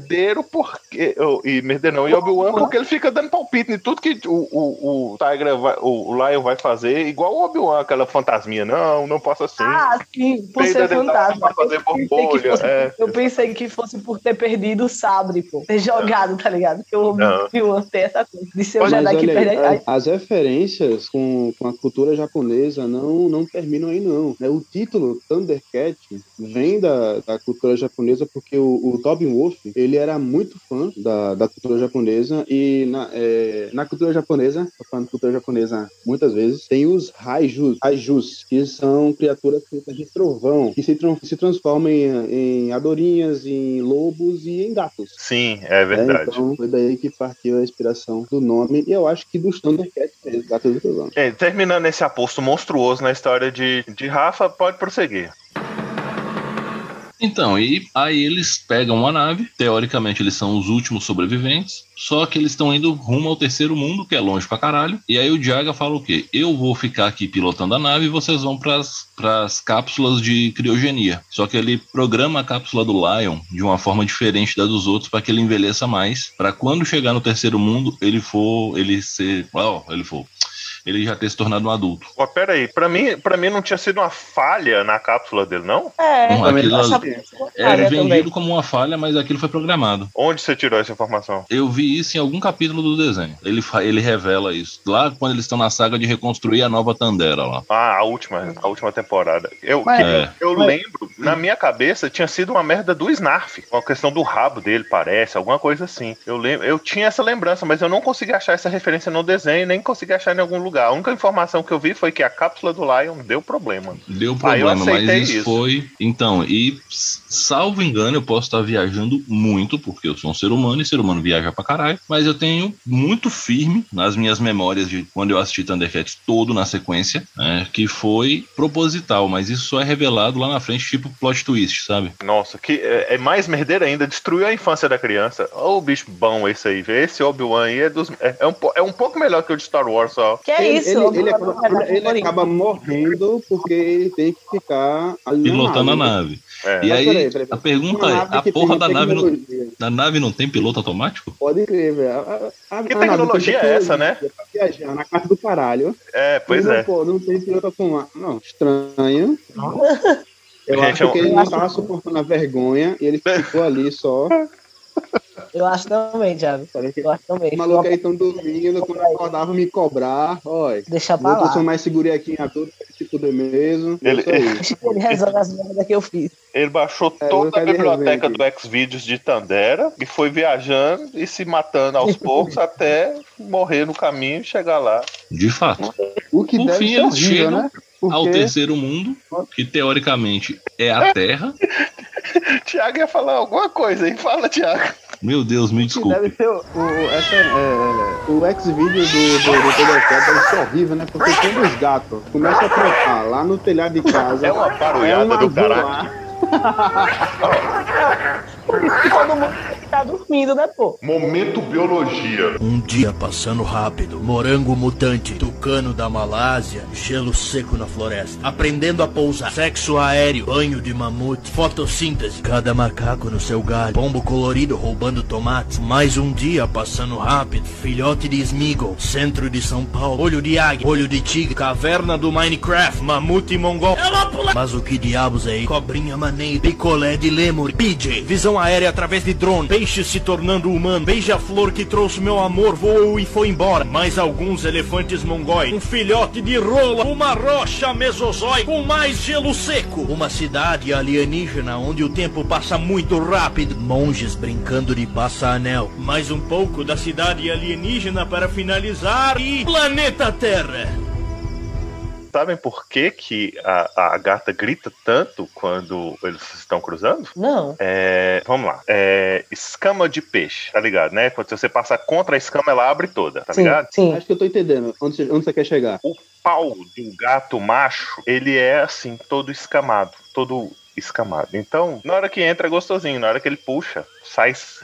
porque. Oh, e Merda não, e Obi-Wan porque ele fica dando palpite em tudo que o, o, o Tiger vai, o, o Lion vai fazer, igual o Obi-Wan, aquela fantasminha. Não, não posso assim. Ah, sim, por Peida ser fantasma. Fazer Eu pensei, que borbolha, fosse, é. eu pensei que fosse por ter perdido o sabre, pô. Ter jogado, tá ligado? Porque o Obi-Wan tem essa coisa de ser o Mas Jedi que olha aí, perde a... as referências com, com a cultura japonesa não, não terminam aí, não. Né? O título Thundercat vem da, da cultura japonesa porque o, o Tobin Wolfe, ele era muito fã da, da cultura japonesa e na, é, na cultura japonesa, tô falando de cultura japonesa muitas vezes, tem os Haijus, Haijus que são criaturas feitas de trovão, que se, se transformam em, em adorinhas, em lobos e em gatos. Sim, é verdade. É, então foi daí que partiu a inspiração do nome, e eu acho que dos Thundercats mesmo, Gatos do Trovão. É, terminando esse aposto monstruoso na história de, de Rafa, pode prosseguir. Então, e aí eles pegam uma nave, teoricamente eles são os últimos sobreviventes, só que eles estão indo rumo ao terceiro mundo, que é longe pra caralho, e aí o Jaga fala o quê? Eu vou ficar aqui pilotando a nave e vocês vão pras, pras cápsulas de criogenia. Só que ele programa a cápsula do Lion de uma forma diferente da dos outros para que ele envelheça mais, para quando chegar no terceiro mundo, ele for, ele ser, ó, oh, ele for... ele já ter se tornado um adulto. Ó, pera aí, pra mim, pra mim não tinha sido uma falha na cápsula dele, não? É, Não, aquilo eu achava ali- que fosse uma Era falha vendido também. como uma falha, mas aquilo foi programado. Onde você tirou essa informação? Eu vi isso em algum capítulo do desenho. Ele, fa- ele revela isso. Lá quando eles estão na saga de reconstruir a nova Tandera lá. Ah, a última, a última temporada. Eu, Mas- que- É. eu lembro, na minha cabeça, tinha sido uma merda do Snarf. Uma questão do rabo dele, parece, alguma coisa assim. Eu, lembro, eu tinha essa lembrança, mas eu não consegui achar essa referência no desenho, nem consegui achar em algum lugar. A única informação que eu vi foi que a cápsula do Lion deu problema. Deu Ah, eu problema, mas aceitei isso, isso. foi. Então, e s- salvo engano, eu posso estar viajando muito, porque eu sou um ser humano e ser humano viaja pra caralho. Mas eu tenho muito firme nas minhas memórias de quando eu assisti Thundercats todo na sequência, né, que foi proposital, mas isso só é revelado lá na frente, tipo plot twist, sabe? Nossa, que é, é mais merdeira ainda, destruiu a infância da criança. Ô, bicho bom esse aí, vê esse Obi-Wan aí é, dos, é, é, um, po- é um pouco melhor que o de Star Wars, só. Que é Ele, isso? ele, ele, Obi-Wan acaba, não é ele favorito. acaba morrendo porque ele tem que ficar ali na Pilotando a nave. nave. É. E Mas aí, peraí, peraí, a peraí. pergunta Uma é, nave a que porra tem da nave, não, tecnologia. da nave não tem piloto automático? Pode crer, velho. A- a- a Que nave tem tecnologia é essa, né? Pra viajar na casa do caralho. É, pois Não, é. Pô, não tem piloto automático. Não, estranho. Eu Gente, acho é um- que ele eu não acho- tava suportando a vergonha e ele ficou ali só. Eu acho também, Thiago. Eu acho também. Os malucos aí estão dormindo, quando eu acordava me cobrar. Olha, Deixa os pra outros lá. são mais segurei aqui em adulto, se fuder mesmo. Ele- Isso aí. Ele resolve as merdas que eu fiz. Ele baixou É, eu toda a quero biblioteca rever do Xvideos de Tandera e foi viajando e se matando aos poucos até morrer no caminho e chegar lá. De fato. O que Por deve fim, ser eles horrível, chegam né? Ao Porque terceiro mundo, que teoricamente é a Terra. Tiago ia falar alguma coisa aí. Fala, Tiago. Meu Deus, me que desculpe. deve ser o, o, essa, é, o X-Video do, do, do Thundercat deve ser horrível, né? Porque quando os gatos começam a trocar lá no telhado de casa. É uma barulhada uma do voar. caralho. Por isso que todo mundo tá dormindo, né, pô? Momento Biologia. Um dia passando rápido, morango mutante, tucano da Malásia, gelo seco na floresta, aprendendo a pousar, sexo aéreo, banho de mamute, fotossíntese, cada macaco no seu galho, pombo colorido roubando tomates, mais um dia passando rápido, filhote de Smeagol, centro de São Paulo, olho de águia, olho de tigre, caverna do Minecraft, mamute mongol, ela pula. Mas o que diabos é aí? Cobrinha maneira, picolé de lemur, P J, visão aérea através de drone, peixe se tornando humano, beija-flor que trouxe meu amor, voou e foi embora, mais alguns elefantes mongóis, um filhote de rola, uma rocha mesozoica com mais gelo seco, uma cidade alienígena onde o tempo passa muito rápido, monges brincando de passa-anel, mais um pouco da cidade alienígena para finalizar e planeta Terra. Sabem por que, que a, a gata grita tanto quando eles estão cruzando? Não. É, vamos lá. É, escama de peixe, tá ligado, né? Quando você passa contra a escama, ela abre toda, tá Sim, ligado? sim. Acho que eu tô entendendo onde você, onde você quer chegar. O pau de um gato macho, ele é assim, todo escamado, todo escamado. Então, na hora que entra é gostosinho, na hora que ele puxa, sai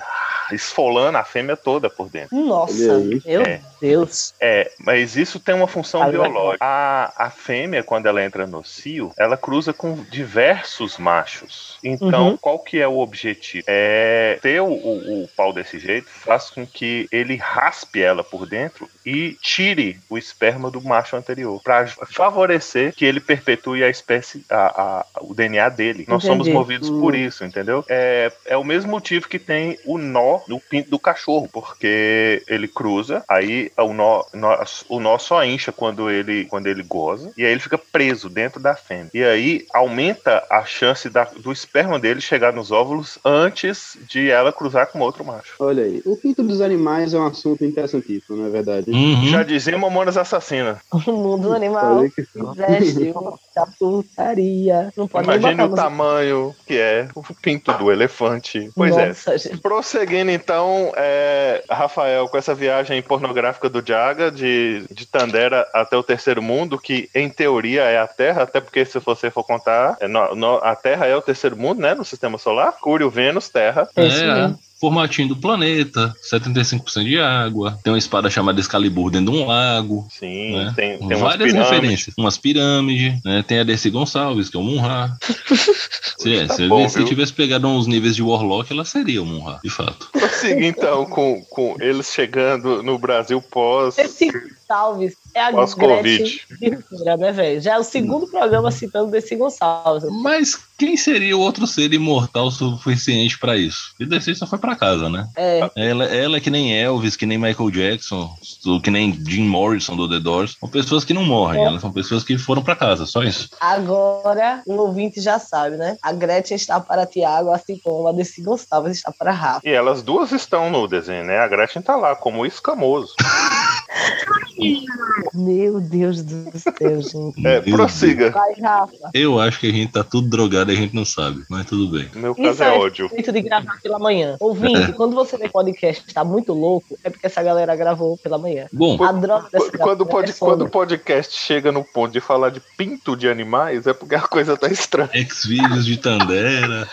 esfolando a fêmea toda por dentro. Nossa, meu é. Deus. É, mas isso tem uma função Ai, biológica. A, a fêmea, quando ela entra no cio, ela cruza com diversos machos. Então, Uhum. qual que é o objetivo? É ter o, o, o pau desse jeito faz com que ele raspe ela por dentro e tire o esperma do macho anterior, para favorecer que ele perpetue a espécie, a, a, o D N A dele. Nós Entendi. somos movidos Hum. por isso, entendeu? É, é o mesmo motivo que tem o nó no pinto do cachorro, porque ele cruza, aí o nó, nó, o nó só incha quando ele, quando ele goza, e aí ele fica preso dentro da fêmea. E aí aumenta a chance da, do esperma dele chegar nos óvulos antes de ela cruzar com outro macho. Olha aí, o pinto dos animais é um assunto interessantíssimo, não é verdade? Uhum. Já dizia Mamonas Assassina. O mundo animal Falei que sim. vestiu da putaria. Não pode nem Imagine botar o música. tamanho que é o pinto do elefante. Pois Nossa, é. gente. Prosseguindo então, é, Rafael, com essa viagem pornográfica do Jaga, de, de Tandera até o terceiro mundo, que em teoria é a Terra, até porque se você for contar, é, no, no, a Terra é o terceiro mundo, né, no sistema solar. Mercúrio, Vênus, Terra. É isso É, mesmo. formatinho do planeta, setenta e cinco por cento de água, tem uma espada chamada Excalibur dentro de um lago. Sim, Né? tem, tem umas Várias pirâmides. referências. Umas pirâmides, né? Tem a Dercy Gonçalves, que é o Munra. se é, Tá se, bom, se viu? tivesse pegado uns níveis de Warlock, ela seria o Munra, de fato. Prossiga então com, com eles chegando no Brasil pós... Esse Gonçalves é a Pós-Covid. Gretchen Virtura, né, velho? Já é o segundo programa citando Desi Gonçalves. Mas quem seria o outro ser imortal suficiente pra isso? E Dercy só foi pra casa, né? É. Ela, ela é que nem Elvis, que nem Michael Jackson, que nem Jim Morrison do The Doors. São pessoas que não morrem, É. elas são pessoas que foram pra casa, só isso. Agora, o ouvinte já sabe, né? A Gretchen está para Tiago, assim como a Desi Gonçalves está para Rafa. E elas duas estão no desenho, né? A Gretchen tá lá, como escamoso. Meu Deus do céu, gente. É, Meu prossiga. Vai, Rafa. Eu acho que a gente tá tudo drogado e a gente não sabe, mas tudo bem. Meu caso Isso é é ódio. jeito de gravar pela manhã. Ouvinte, quando você vê podcast tá muito louco, é porque essa galera gravou pela manhã. Bom, A droga dessa Quando, galera pod, é sono. quando o podcast chega no ponto de falar de pinto de animais, é porque a coisa tá estranha. Ex-Vídeos de Tandera.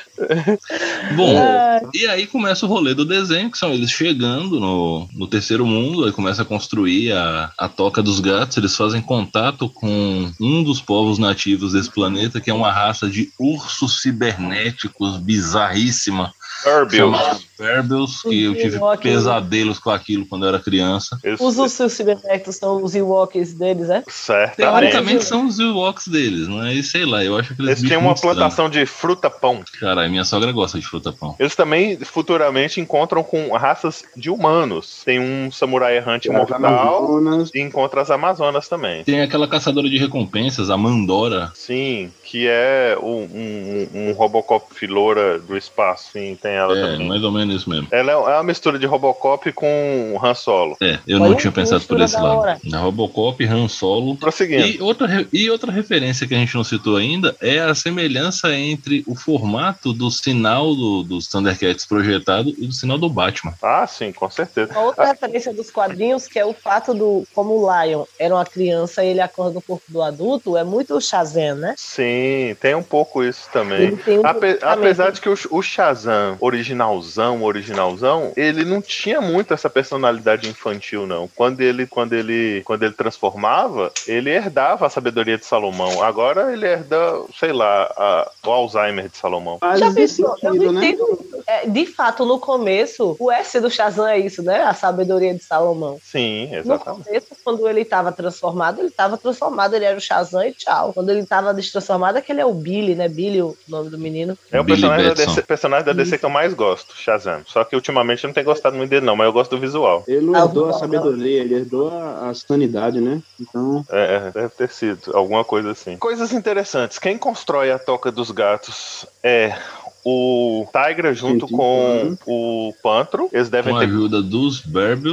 Bom, Ai. e aí começa o rolê do desenho, que são eles chegando no, no terceiro mundo, aí começa a construir a, a Toca dos Gatos, eles fazem contato com um dos povos nativos desse planeta, que é uma raça de ursos cibernéticos bizarríssima. Chamada Berbels, que eu tive Ewok. pesadelos com aquilo quando eu era criança. Os ursos cibernéticos são os Ewoks deles, né? Certamente. Teoricamente são os Ewoks deles, mas sei lá, eu acho que eles Eles têm uma plantação de fruta-pão. Caralho, minha sogra gosta de fruta-pão. Eles também futuramente encontram com raças de humanos. Tem um samurai errante Tem as mortal Amazonas. e encontra as Amazonas também. Tem aquela caçadora de recompensas, a Mandora. Sim, que é um, um, um Robocop Filoura do espaço. Sim, tem ela É, também. mais ou menos isso mesmo. Ela é uma mistura de Robocop com Han Solo. É, eu Olha não que tinha pensado por mistura esse da lado. hora. Na Robocop, Han Solo. Prosseguindo. E outra, re- e outra referência que a gente não citou ainda é a semelhança entre o formato do sinal do, dos Thundercats projetado e do sinal do Batman. Ah, sim, com certeza. Uma outra referência dos quadrinhos, que é o fato do, como o Lion era uma criança e ele acorda no corpo do adulto, é muito o Shazam, né? Sim, tem um pouco isso também. Ele tem um Ape- comportamento. apesar de que o, o Shazam originalzão, originalzão, ele não tinha muito essa personalidade infantil, não. Quando ele, quando ele, quando ele transformava, ele herdava a sabedoria de Salomão. Agora ele herda, sei lá, a- o Alzheimer de Salomão. Faz Já esse pensou? Eu sentido, não né? entendo. É, de fato, no começo, o S do Shazam é isso, né? A sabedoria de Salomão. Sim, No exatamente. começo, quando ele estava transformado, ele estava transformado, ele era o Shazam e tchau. Quando ele estava destransformado, é que ele é o Billy, né? Billy, o nome do menino. É o Billy personagem da, Batson. D C, personagem da D C que eu mais gosto, Shazam. Só que ultimamente eu não tenho gostado muito dele, não, mas eu gosto do visual. Ele não Ah, herdou a não. sabedoria, ele herdou a, a sanidade, né? Então, É, é, deve ter sido alguma coisa assim. Coisas interessantes. Quem constrói a Toca dos Gatos é o Tigra junto Entendi. com o Pantro. Eles devem Com a ter. ajuda dos Berbels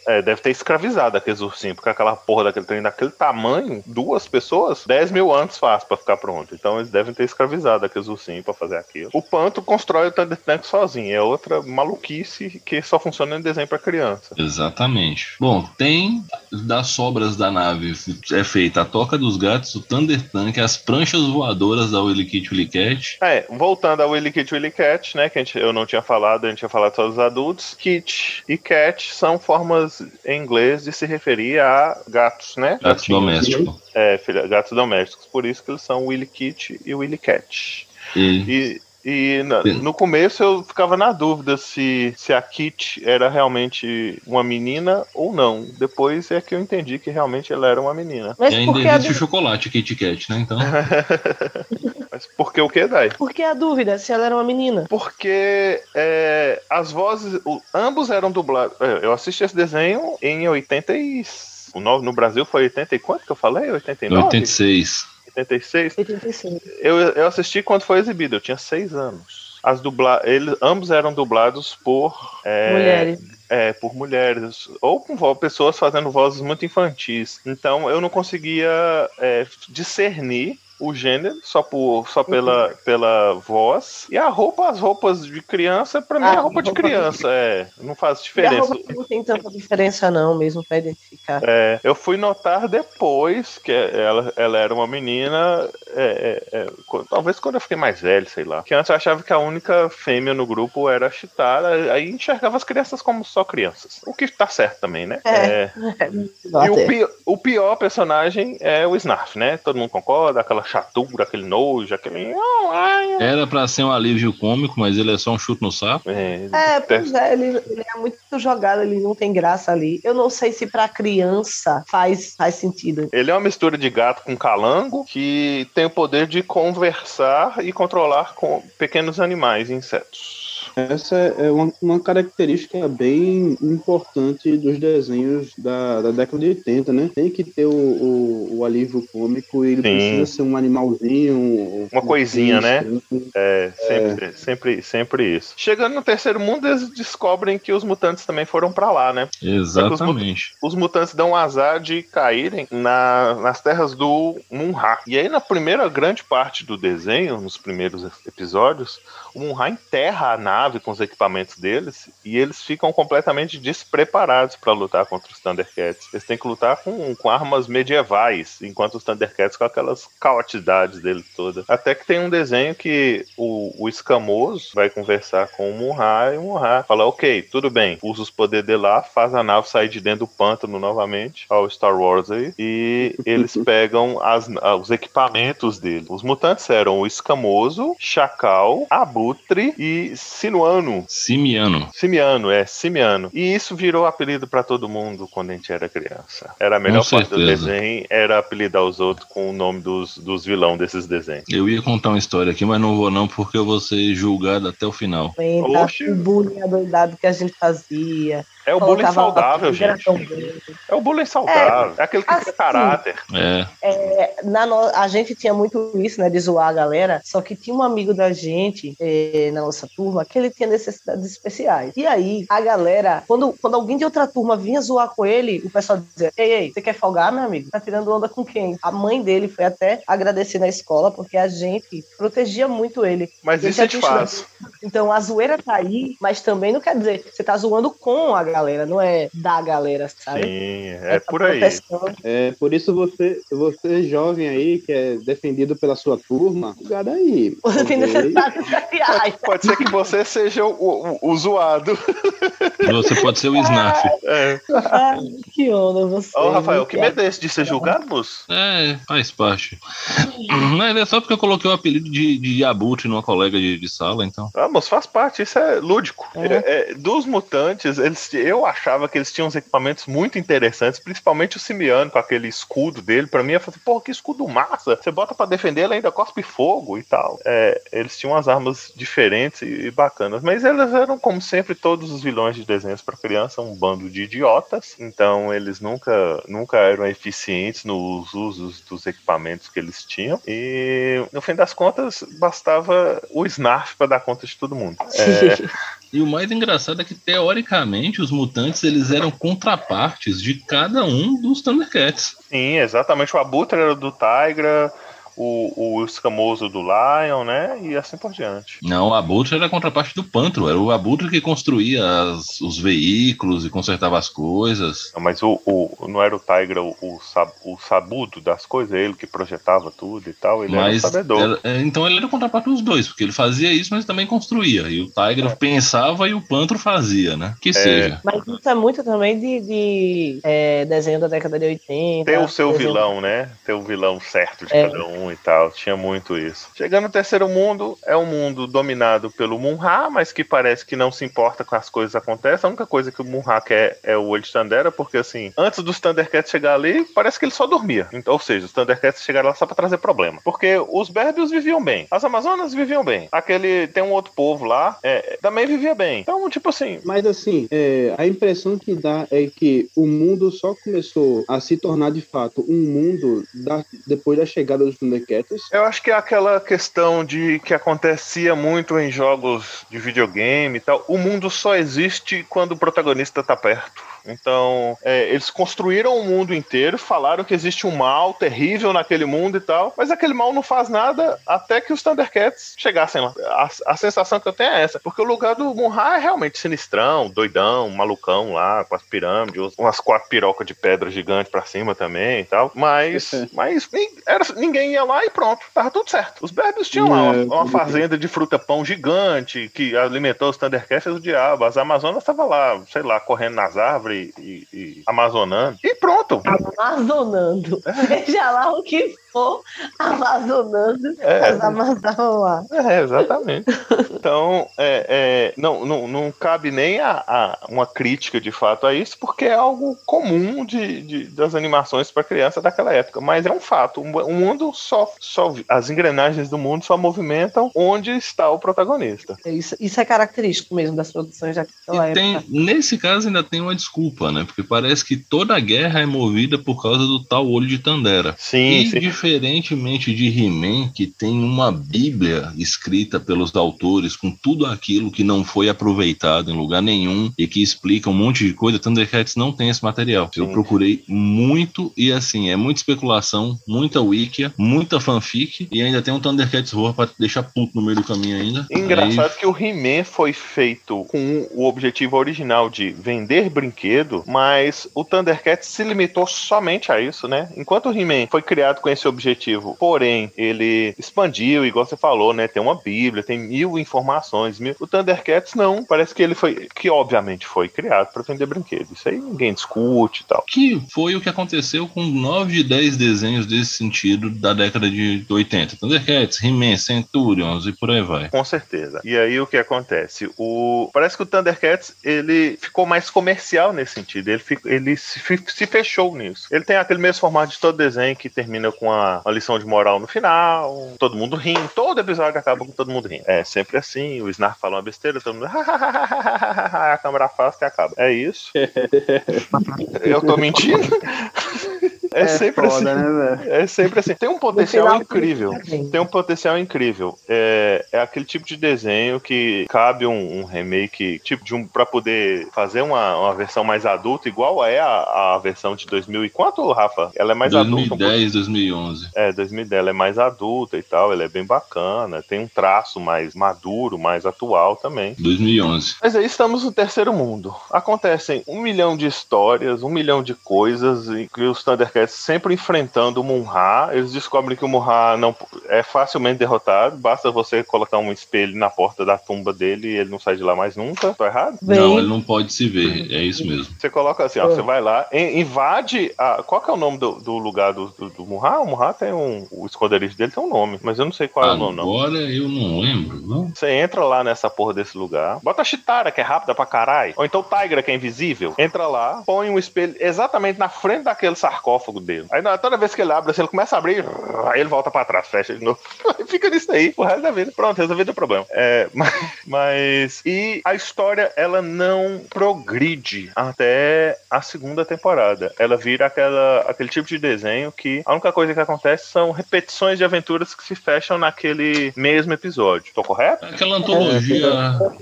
É, deve ter escravizado aqueles ursinhos, porque aquela porra daquele trem daquele tamanho, duas pessoas, dez mil anos faz pra ficar pronto. Então eles devem ter escravizado aqueles ursinhos pra fazer aquilo. O Panto constrói o Thunder Tank sozinho. É outra maluquice que só funciona em desenho pra criança. Exatamente. Bom, tem das sobras da nave, é feita a Toca dos Gatos, o Thunder Tank, as pranchas voadoras da Willy Kit Willy Cat. É, voltando ao Willy Kit Willy Cat, né, que a gente, eu não tinha falado, a gente tinha falado só dos adultos. Kit e Cat são formas em inglês de se referir a gatos, né? Gatos domésticos. É, filha, gatos domésticos, por isso que eles são Willy Kit e Willy Cat. E... E E na, no começo eu ficava na dúvida se, se a Kit era realmente uma menina ou não. Depois é que eu entendi que realmente ela era uma menina. Mas e ainda existe a... o chocolate Kit Kat, né? Então... Mas por que o que, Dai? Por que a dúvida se ela era uma menina? Porque é, as vozes... O, ambos eram dublados... É, eu assisti esse desenho em oitenta e... O no, no Brasil foi oitenta e quanto que eu falei? oitenta e nove? oitenta e seis. oitenta e seis? oitenta e seis. Eu, eu assisti quando foi exibido, eu tinha seis anos. As dubla... Eles, ambos eram dublados por... É, mulheres. É, por mulheres. Ou com vo- pessoas fazendo vozes muito infantis. Então eu não conseguia é, discernir o gênero, só, por, só pela, pela voz. E a roupa, as roupas de criança, pra mim Ah, é roupa de roupa criança, de... é. Não faz E a diferença. roupa não tem tanta diferença não, mesmo, pra identificar. É, eu fui notar depois que ela, ela era uma menina, é, é, é, talvez quando eu fiquei mais velho, sei lá. Que antes eu achava que a única fêmea no grupo era a Chitara, aí enxergava as crianças como só crianças. O que tá certo também, né? É. É. E o, pi- o pior personagem é o Snarf, né? Todo mundo concorda, aquela chatura, aquele nojo, aquele... Era pra ser um alívio cômico, mas ele é só um chute no saco. É, é pois é, ele, ele é muito jogado, ele não tem graça ali. Eu não sei se pra criança faz, faz sentido. Ele é uma mistura de gato com calango, que tem o poder de conversar e controlar com pequenos animais e insetos. Essa é uma, uma característica bem importante dos desenhos da, da década de oitenta, né? Tem que ter o, o, o alívio cômico e ele Sim. precisa ser um animalzinho. Um, uma coisinha, um né? peixe. É, sempre, é. Sempre, sempre isso. Chegando no terceiro mundo, eles descobrem que os mutantes também foram pra lá, né? Exatamente. Os, os mutantes dão um azar de caírem na, nas terras do Mun-Ra. E aí, na primeira grande parte do desenho, nos primeiros episódios, o Mun-Ra enterra a nave com os equipamentos deles e eles ficam completamente despreparados para lutar contra os Thundercats. Eles têm que lutar com, com armas medievais, enquanto os Thundercats com aquelas caoticidades dele toda. Até que tem um desenho que o, o Escamoso vai conversar com o Mun-Ra e o Mun-Ra fala, ok, tudo bem, usa os poderes dele lá, faz a nave sair de dentro do pântano novamente, ao Star Wars aí, e eles pegam as, os equipamentos dele. Os mutantes eram o Escamoso, Chacal, Abutre e Sinuano. Simiano. Simiano, é, Simiano. E isso virou apelido pra todo mundo quando a gente era criança. Era a melhor parte do desenho, era apelidar os outros com o nome dos, dos vilão desses desenhos. Eu ia contar uma história aqui, mas não vou não, porque eu vou ser julgado até o final. Tá, o bullying adoidado que a gente fazia. É o bullying saudável, gente. É o bullying saudável. É, é aquele que assim, tem caráter. É. É, na no... A gente tinha muito isso, né, de zoar a galera, só que tinha um amigo da gente é, na nossa turma que ele tinha necessidades especiais. E aí, a galera, quando, quando alguém de outra turma vinha zoar com ele, o pessoal dizia, ei, ei, você quer folgar, meu amigo? Tá tirando onda com quem? A mãe dele foi até agradecer na escola, porque a gente protegia muito ele. Mas isso a gente faz. Então, a zoeira tá aí, mas também não quer dizer, você tá zoando com a galera. galera, não é da galera, sabe? Sim, é, é por aí. É, por isso você, você jovem aí, que é defendido pela sua turma, cuidado aí. Você tem necessidades especiais. Pode, pode ser que você seja o, o, o zoado. Você pode ser o Snarf. É. Ah, que onda você. Ô, Rafael, que medo é esse de ser julgado, moço? É, faz parte. Mas é só porque eu coloquei o apelido de, de Abutre numa colega de, de sala, então. Ah, moço, faz parte, isso é lúdico. É. É, é, dos mutantes, eles, eu achava que eles tinham uns equipamentos muito interessantes, principalmente o Simiano, com aquele escudo dele. Pra mim, eu falei, porra, que escudo massa. Você bota pra defender, ele ainda cospe fogo e tal. É, eles tinham umas armas diferentes e, e bacanas. Mas eles eram, como sempre, todos os vilões de desenhos pra criança, um bando de idiotas. Então, eles nunca, nunca eram eficientes nos usos dos equipamentos que eles tinham. E, no fim das contas, bastava o Snarf pra dar conta de todo mundo. É... E o mais engraçado é que, teoricamente, os mutantes eles eram contrapartes de cada um dos Thundercats. Sim, exatamente. O Abutre era do Tigra, o, o Escamoso do Lion, né? E assim por diante. Não, o Abutre era a contraparte do Pantro. Era o Abutre que construía as, os veículos e consertava as coisas. Não, mas o, o, não era o Tigra o, o, sab, o sabudo das coisas? Ele que projetava tudo e tal? Ele mas era o sabedor. Era, então ele era a contraparte dos dois, porque ele fazia isso, mas também construía. E o Tigra é. pensava e o Pantro fazia, né? Que é. seja. Mas isso é muito também de, de é, desenho da década de oitenta. Ter o seu desenho... vilão, né? Ter o vilão certo de é. cada um e tal. Tinha muito isso. Chegando no terceiro mundo, é um mundo dominado pelo Mun-Ra, mas que parece que não se importa com as coisas que acontecem. A única coisa que o Mun-Ra quer é o olho de Tandera, porque assim, antes dos Thundercats chegar ali, parece que ele só dormia. Então, ou seja, os Thundercats chegaram lá só pra trazer problema. Porque os Berbios viviam bem. As Amazonas viviam bem. Aquele, tem um outro povo lá, é, também vivia bem. Então, tipo assim... Mas assim, é, a impressão que dá é que o mundo só começou a se tornar de fato um mundo da, depois da chegada dos Thundercats. Eu acho que é aquela questão de que acontecia muito em jogos de videogame e tal. O mundo só existe quando o protagonista tá perto. Então, é, eles construíram o mundo inteiro, falaram que existe um mal terrível naquele mundo e tal, mas aquele mal não faz nada até que os Thundercats chegassem lá. A, a sensação que eu tenho é essa, porque o lugar do Mun-Ra é realmente sinistrão, doidão, malucão lá, com as pirâmides, umas quatro pirocas de pedra gigante pra cima também e tal, mas, mas era, ninguém ia lá e pronto, tava tudo certo. Os Berbios tinham lá uma, uma fazenda de fruta-pão gigante que alimentou os Thundercats e o diabo. As Amazonas estavam lá, sei lá, correndo nas árvores E, e amazonando. E pronto. Amazonando. É. Seja lá o que for, amazonando. É. As Amazonas lá. É, exatamente. Então, é, é, não, não, não cabe nem a, a uma crítica de fato a isso, porque é algo comum de, de, das animações para criança daquela época. Mas é um fato. O mundo só, só. As engrenagens do mundo só movimentam onde está o protagonista. Isso, isso é característico mesmo das produções daquela e tem, época. Nesse caso, ainda tem uma desculpa, né? Porque parece que toda a guerra é movida por causa do tal olho de Tandera. Sim, e sim. Diferentemente de He-Man, que tem uma bíblia escrita pelos autores com tudo aquilo que não foi aproveitado em lugar nenhum e que explica um monte de coisa, Thundercats não tem esse material. Sim. Eu procurei muito e assim, é muita especulação, muita wikia, muita fanfic e ainda tem um Thundercats horror pra deixar puto no meio do caminho ainda. Engraçado Aí... que o He-Man foi feito com o objetivo original de vender brinquedo, mas o Thundercats se limitou somente a isso, né? Enquanto o He-Man foi criado com esse objetivo, porém, ele expandiu, igual você falou, né? Tem uma bíblia, tem mil informações, mil... O Thundercats não, parece que ele foi, que obviamente foi criado para vender brinquedo. Isso aí ninguém discute e tal. Que foi o que aconteceu com nove de dez desenhos desse sentido da década de oitenta. Thundercats, He-Man, Centurions e por aí vai. Com certeza. E aí o que acontece? O... Parece que o Thundercats, ele ficou mais comercial nesse sentido. Ele, fico, ele se, se fechou nisso. Ele tem aquele mesmo formato de todo desenho que termina com uma, uma lição de moral no final, todo mundo rindo, todo episódio acaba com todo mundo rindo. É sempre assim, o Snarf fala uma besteira, todo mundo a câmera afasta e acaba. É isso. Eu tô mentindo? É, é sempre foda, assim. Né, é sempre assim. Tem um potencial incrível. Tem um potencial incrível. É, é aquele tipo de desenho que cabe um, um remake, tipo de um, pra poder fazer uma, uma versão mais adulta, igual é a, a versão de dois mil e quanto, Rafa? Ela é mais dois mil e adulta. dois mil e dez, dois mil e onze. É, dois mil e dez, ela é mais adulta e tal, ela é bem bacana, tem um traço mais maduro, mais atual também. dois mil e onze. Mas aí estamos no terceiro mundo. Acontecem um milhão de histórias, um milhão de coisas, e que os Thundercats sempre enfrentando o Mun-Ra. Eles descobrem que o Mun-Ra não é facilmente derrotado, basta você colocar um espelho na porta da tumba dele e ele não sai de lá mais nunca. Tô errado? Não, ele não pode se ver, é isso mesmo. Você coloca assim, ó, você vai lá, invade a... Qual que é o nome do, do lugar do, do, do Mun-Ra? O Mun-Ra tem um... O esconderijo dele tem um nome, mas eu não sei qual é o nome, não. Agora eu não lembro, não. Você entra lá nessa porra desse lugar, bota a Chitara, que é rápida pra caralho, ou então o Tigra, que é invisível, entra lá, põe um espelho exatamente na frente daquele sarcófago dele. Aí toda vez que ele abre, assim, ele começa a abrir, aí ele volta pra trás, fecha de novo. Fica nisso aí, o resto da vida. Pronto, resolvido o problema. É, mas, mas... E a história, ela não progride até a segunda temporada. Ela vira aquela, aquele tipo de desenho que a única coisa que acontece são repetições de aventuras que se fecham naquele mesmo episódio. Tô correto? Aquela antologia...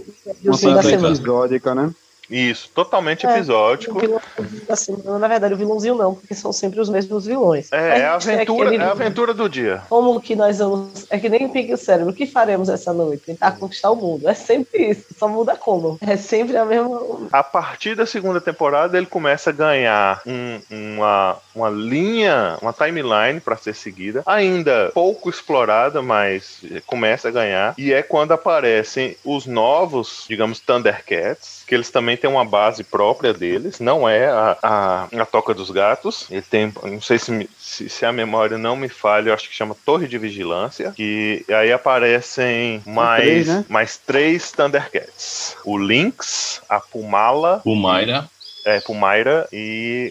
E o Uma vilão da coisa semana. episódica, né? Isso, totalmente É, episódico. O vilão da semana, na verdade, o vilãozinho não, porque são sempre os mesmos vilões. É, é a Mas tem aventura, aquele- é a aventura do dia. Como que nós vamos. É que nem pique o cérebro. O que faremos essa noite? Tentar conquistar o mundo. É sempre isso. Só muda como. É sempre a mesma. A partir da segunda temporada, ele começa a ganhar um- uma, uma linha, uma timeline para ser seguida, ainda pouco explorada, mas começa a ganhar. E é quando aparecem os novos, digamos, Thundercats, que eles também têm uma base própria deles, não é a, a, a Toca dos Gatos. Ele tem, não sei se, me- se, se a memória não me falha, eu acho que chama Torre de Vigilância, que aí aparecem mais, três, né? mais três Thundercats. O Lynx, a Pumala, O Mayra, é, Pumaira e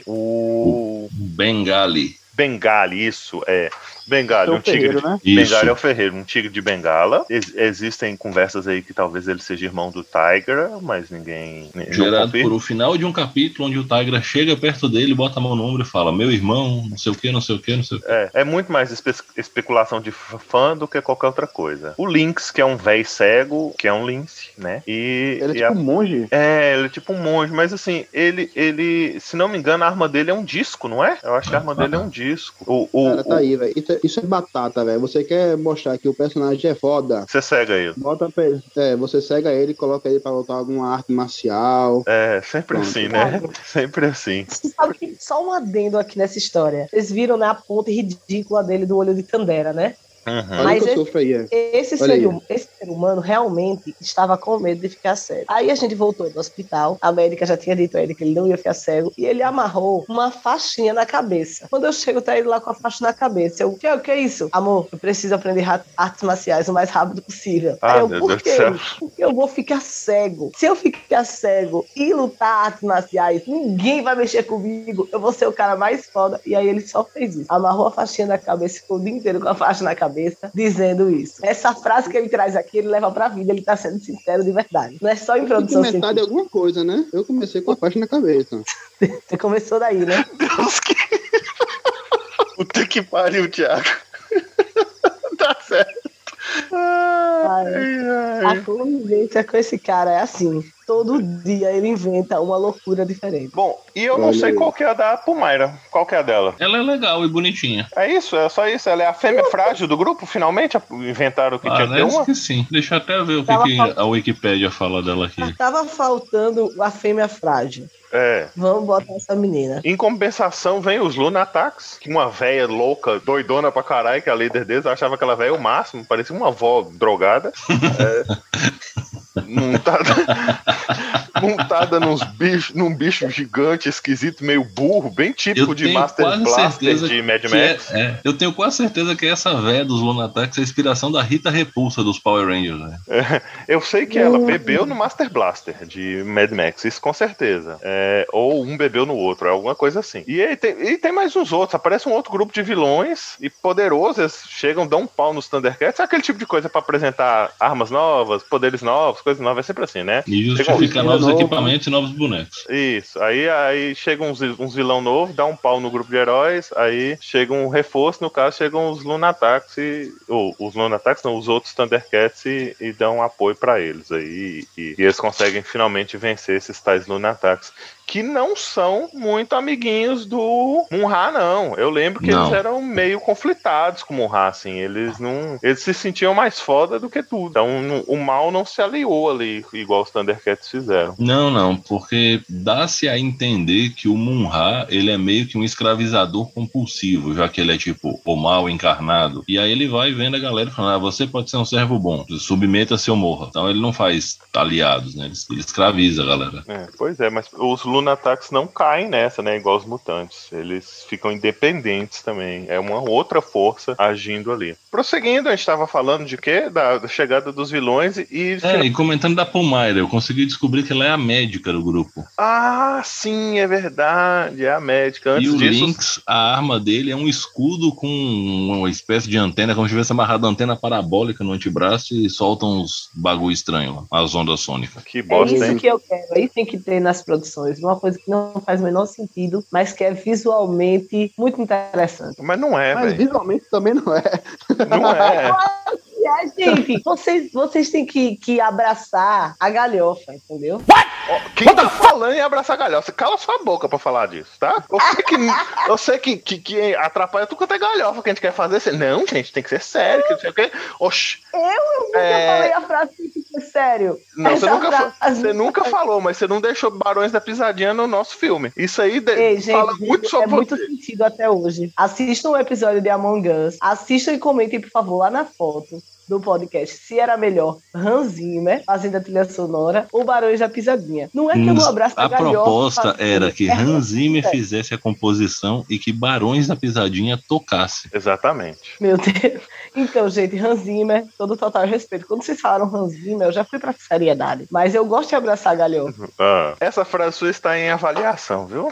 o Bengali. Bengali, isso, é. Bengali, É o um tigre. ferreiro, de- né? Isso. Bengali é o ferreiro, um tigre de Bengala. Ex- existem conversas aí que talvez ele seja irmão do Tiger, mas ninguém. n- não Gerado confirma. por o final de um capítulo onde o Tigra chega perto dele, bota a mão no ombro e fala: meu irmão, não sei o que, não sei o que, não sei o que. É, é muito mais espe- especulação de f- fã do que qualquer outra coisa. O Lynx, que é um véi cego, que é um lince, né? E, Ele é e tipo a- um monge. É, ele é tipo um monge, mas assim, ele, ele, se não me engano, a arma dele é um disco, não é? Eu acho que a arma dele é um disco. O, o, Cara, tá o- aí, velho. Isso, é- isso é batata, velho. Você quer mostrar que o personagem é foda? Você cega ele. Bota pra ele. É, você cega ele, coloca ele pra lutar alguma arte marcial. É, sempre Pronto. assim, né? Sempre assim. Você sabe que só um adendo aqui nessa história. Vocês viram, né, a ponte ridícula dele do olho de Tandera, né? Uhum. Olha Mas o que eu esse- sofro aí. é. Esse Olha ser, aí. hum- esse ser humano realmente estava com medo de ficar cego. Aí a gente voltou do hospital, a médica já tinha dito a ele que ele não ia ficar cego, e ele amarrou uma faixinha na cabeça. Quando eu chego, tá ele lá com a faixa na cabeça. Eu, que, o que é isso? Amor, eu preciso aprender ra- artes marciais o mais rápido possível. Ah, Aí eu, meu por Deus quê? do céu. Porque eu vou ficar cego. Se eu ficar cego e lutar artes marciais, ninguém vai mexer comigo. Eu vou ser o cara mais foda. E aí ele só fez isso. Amarrou a faixinha na cabeça, ficou o dia inteiro com a faixa na cabeça, dizendo isso. Essa frase que ele traz aqui, ele leva pra vida. Ele tá sendo sincero de verdade. Não é só Tem que introdução começar de científica. alguma coisa, né? Eu comecei com a faixa na cabeça. Você começou daí, né? Deus que. Puta que pariu, Thiago. Tá certo. Ai, A ai. convivência com esse cara é assim. Todo dia ele inventa uma loucura diferente. Bom, e eu não Olha sei aí. qual que é a da Pumaira. Qual que é a dela? Ela é legal e bonitinha. É isso, é só isso. Ela é a fêmea frágil do grupo? Finalmente inventaram que tinha que ter Parece uma? que sim. Deixa eu até ver o que, Tava que faltando. a Wikipédia fala dela aqui. Tava faltando a fêmea frágil. É. Vamos botar essa menina. Em compensação, vem os Lunatax, que uma véia louca, doidona pra caralho, que é a líder deles, eu achava aquela véia o máximo, parecia uma avó drogada. É, montada, montada nos bichos, num bicho gigante, esquisito, meio burro, bem típico Eu de tenho Master quase Blaster certeza de Mad que Max. é, é. Eu tenho quase certeza que essa véia dos Lunatax é a inspiração da Rita Repulsa dos Power Rangers. Né? É, eu sei que ela bebeu no Master Blaster de Mad Max, isso com certeza. É, ou um bebeu no outro, é alguma coisa assim. E aí tem, e tem mais uns outros, aparece um outro grupo de vilões e poderosos, eles chegam, dão um pau nos Thundercats, é aquele tipo de coisa pra apresentar armas novas, poderes novos, coisas novas, é sempre assim, né? E Chegam- justificar novos novo. equipamentos e novos bonecos. Isso, aí, aí chegam uns, uns vilão novo, dá um pau no grupo de heróis, aí chega um reforço, no caso chegam os Lunatax, e, ou os Lunatax não, os outros Thundercats e, e dão apoio pra eles aí, e, e eles conseguem finalmente vencer esses tais Lunatax, que não são muito amiguinhos do Munra, não. Eu lembro que Não. eles eram meio conflitados com o Munra, assim, eles não, eles se sentiam mais foda do que tudo, então não- o mal não se aliou ali, igual os Thundercats fizeram. Não, não, porque dá-se a entender que o Munra, ele é meio que um escravizador compulsivo, já que ele é tipo o mal encarnado. E aí ele vai vendo a galera falando, ah, você pode ser um servo bom, submeta-se ou morra. Então ele não faz aliados, né? Ele, ele escraviza a galera. É, pois é, mas os Lunatax não caem nessa, né? Igual os mutantes. Eles ficam independentes também. É uma outra força agindo ali. Prosseguindo, a gente estava falando de quê? Da, da chegada dos vilões e... É, e comentando da Palmyra, eu consegui descobrir que ela é a médica do grupo. Ah, sim, é verdade. É a médica. Antes E o disso... Lynx, a arma dele é um escudo com uma espécie de antena, como se tivesse amarrado a antena parabólica no antebraço e solta uns bagulho estranho lá, as ondas sônicas. Que É bosta, isso hein? que eu quero. É isso que tem que ter nas produções. Uma coisa que não faz o menor sentido, mas que é visualmente muito interessante. Mas não é, Mas velho. visualmente também não é. Não é. Aliás, gente, vocês, vocês têm que, que abraçar a galhofa, entendeu? Quem tá falando em abraçar galhofa? Cala sua boca pra falar disso, tá? Eu sei que, eu sei que, que, que atrapalha tudo quanto é galhofa que a gente quer fazer. Não, gente, tem que ser sério. Que não sei o quê. Oxi. Eu, eu nunca É... falei a frase que tem que ser sério. Não, você Essa nunca, fa- frase- você nunca falou, mas você não deixou Barões da Pisadinha no nosso filme. Isso aí de- Ei, gente, fala muito sobre é muito você. sentido até hoje. Assistam um episódio de Among Us. Assistam e comentem, por favor, lá na foto do podcast, se era melhor Hans Zimmer fazendo a trilha sonora ou Barões da Pisadinha. Não é que eu não abraço A galhofa, proposta fazendo- era que Hans Zimmer É. fizesse a composição e que Barões da Pisadinha tocasse. Exatamente. Meu Deus. Então, gente, Hans Zimmer, todo total respeito. Quando vocês falaram Hans Zimmer, eu já fui pra seriedade. Mas eu gosto de abraçar a galhofa. Ah, essa frase sua está em avaliação, viu?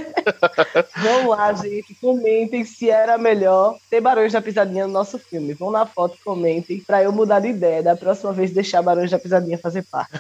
Vão lá, gente, comentem se era melhor ter Barões da Pisadinha no nosso filme. Vão na foto, comentem, pra eu mudar de ideia. Da próxima vez deixar Barões da Pisadinha fazer parte.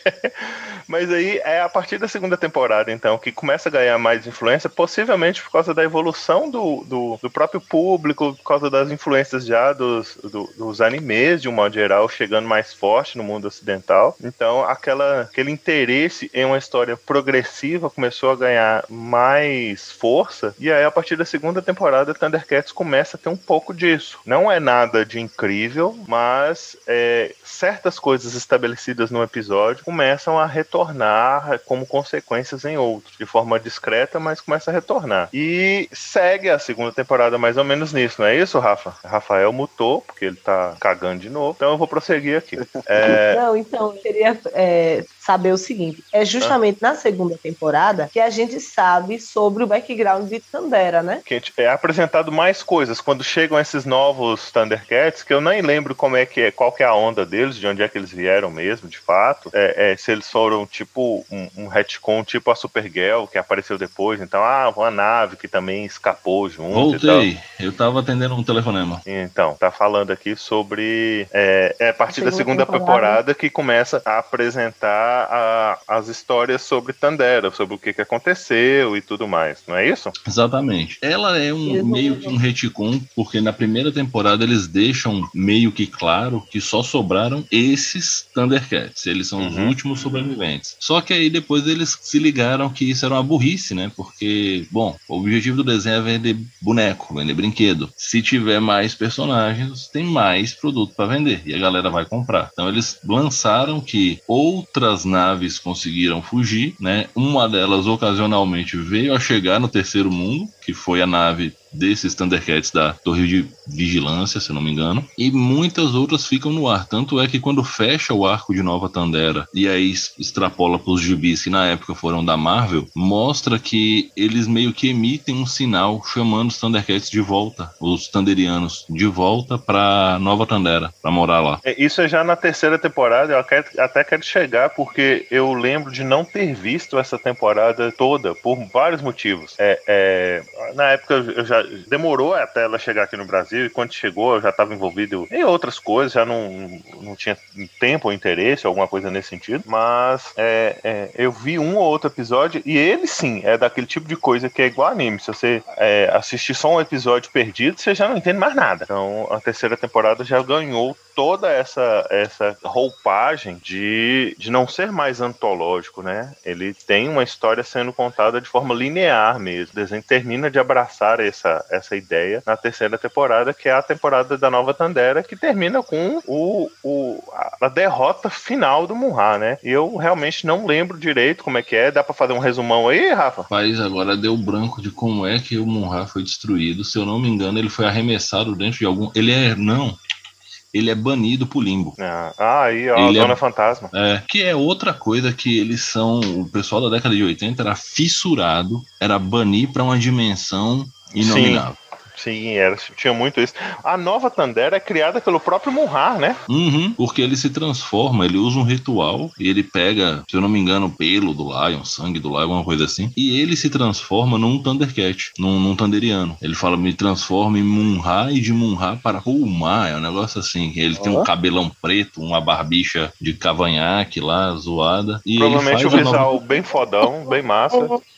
Mas aí é a partir da segunda temporada, então, que começa a ganhar mais influência, possivelmente por causa da evolução do, do, do próprio público, por causa das influências já dos, do, dos animes, de um modo geral, chegando mais forte no mundo ocidental. Então, aquela, aquele interesse em uma história progressiva começou a ganhar mais força, e aí, a partir da segunda temporada, Thundercats começa a ter um pouco disso. Não é nada de incrível, mas é, certas coisas estabelecidas no episódio começam a retornar como consequências em outros, de forma discreta, mas começa a retornar. E segue a segunda temporada mais ou menos nisso, não é isso, Rafa? Rafael mutou, porque ele tá cagando de novo, então eu vou prosseguir aqui. É... Não, então, eu queria é, saber o seguinte, é justamente na segunda temporada que a gente sabe sobre o background de Tandera, né? Que é apresentado mais coisas quando chegam esses novos Thundercats, que eu nem lembro como é que é, qual que é a onda deles, de onde é que eles vieram mesmo, de fato. É, é, se eles foram tipo um, um retcon, tipo a Supergirl, que apareceu depois. Então, ah, uma nave que também escapou junto. Voltei, e tal. eu tava atendendo um telefonema. Então, tá falando aqui sobre é, é a partir Segunda da segunda temporada. temporada que começa a apresentar a, as histórias sobre Tandera, sobre o que, que aconteceu e tudo mais, não é isso? Exatamente. Ela é um Eles meio não- que um retcon, porque na primeira temporada eles deixam meio que claro que só sobraram esses Thundercats. Eles são os Uhum. últimos sobreviventes. Só que aí depois eles se ligaram que isso era uma burrice, né? Porque, bom, o objetivo do desenho é vender boneco, vender brinquedo. Se tiver mais personagens, tem mais produto para vender e a galera vai comprar. Então eles lançaram que outras naves conseguiram fugir, né? Uma delas ocasionalmente veio a chegar no terceiro mundo, que foi a nave desses Thundercats da Torre de Vigilância, se não me engano, e muitas outras ficam no ar. Tanto é que quando fecha o arco de Nova Tandera e aí extrapola para os gibis que na época foram da Marvel, mostra que eles meio que emitem um sinal chamando os Thundercats de volta, os Tanderianos, de volta para Nova Tandera, para morar lá. É, Isso é já na terceira temporada, eu quero- até quero chegar, porque eu lembro de não ter visto essa temporada toda, por vários motivos. É, é, na época eu já demorou até ela chegar aqui no Brasil, e quando chegou eu já estava envolvido em outras coisas, já não, não tinha tempo ou interesse, alguma coisa nesse sentido, mas é, é, eu vi um ou outro episódio, e ele sim, é daquele tipo de coisa que é igual anime, se você é, assistir só um episódio perdido, você já não entende mais nada. Então a terceira temporada já ganhou toda essa, essa roupagem de, de não ser mais antológico, né? Ele tem uma história sendo contada de forma linear mesmo. O desenho termina de abraçar essa, essa ideia na terceira temporada, que é a temporada da Nova Tandera, que termina com o, o, a derrota final do Munra, né? E eu realmente não lembro direito como é que é. Dá pra fazer um resumão aí, Rafa? Mas agora deu branco de como é que o Munra foi destruído. Se eu não me engano, ele foi arremessado dentro de algum... Ele é... Não... Ele é banido pro limbo. Ah, ah, aí, ó, Ele a Zona é- Fantasma. É, que é outra coisa que eles são... O pessoal da década de oitenta era fissurado, era banir pra uma dimensão inominável. Sim, era, tinha muito isso. A Nova Tandera é criada pelo próprio Munra, né? Uhum, porque ele se transforma, ele usa um ritual e ele pega, se eu não me engano, o pelo do Lion, sangue do Lion, alguma coisa assim, e ele se transforma num Thundercat, num, num Tanderiano. Ele fala, me transforma em Munra e de Munra para Pulmar, é um negócio assim. Ele tem um cabelão preto, uma barbicha de cavanhaque lá, zoada. E Provavelmente ele o faz a visual nova... bem fodão, bem massa.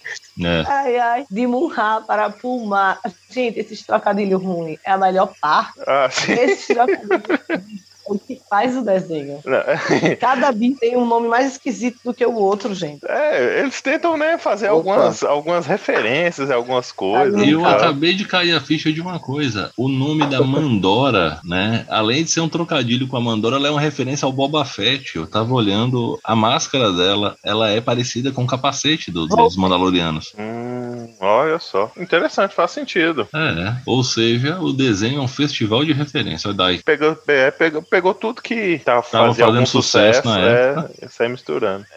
É. Ai, ai, de Munra para Pulmar. Gente, esses trocadilhos ruins é a melhor parte. Ah, sim. Esses trocadilhos o que faz o desenho. Cada bicho tem um nome mais esquisito do que o outro, gente. É, eles tentam, né, fazer algumas, algumas referências, algumas coisas. E eu cara. acabei de cair a ficha de uma coisa. O nome da Mandora, né? Além de ser um trocadilho com a Mandora, ela é uma referência ao Boba Fett. Eu tava olhando a máscara dela, ela é parecida com o capacete do, dos Mandalorianos. Hum, olha só. Interessante, faz sentido. É, ou seja, o desenho é um festival de referência. Daí. Pegou, é, pegou, pegou tudo que tava, Tava fazia fazendo algum sucesso sucesso, na é, época. e sai misturando.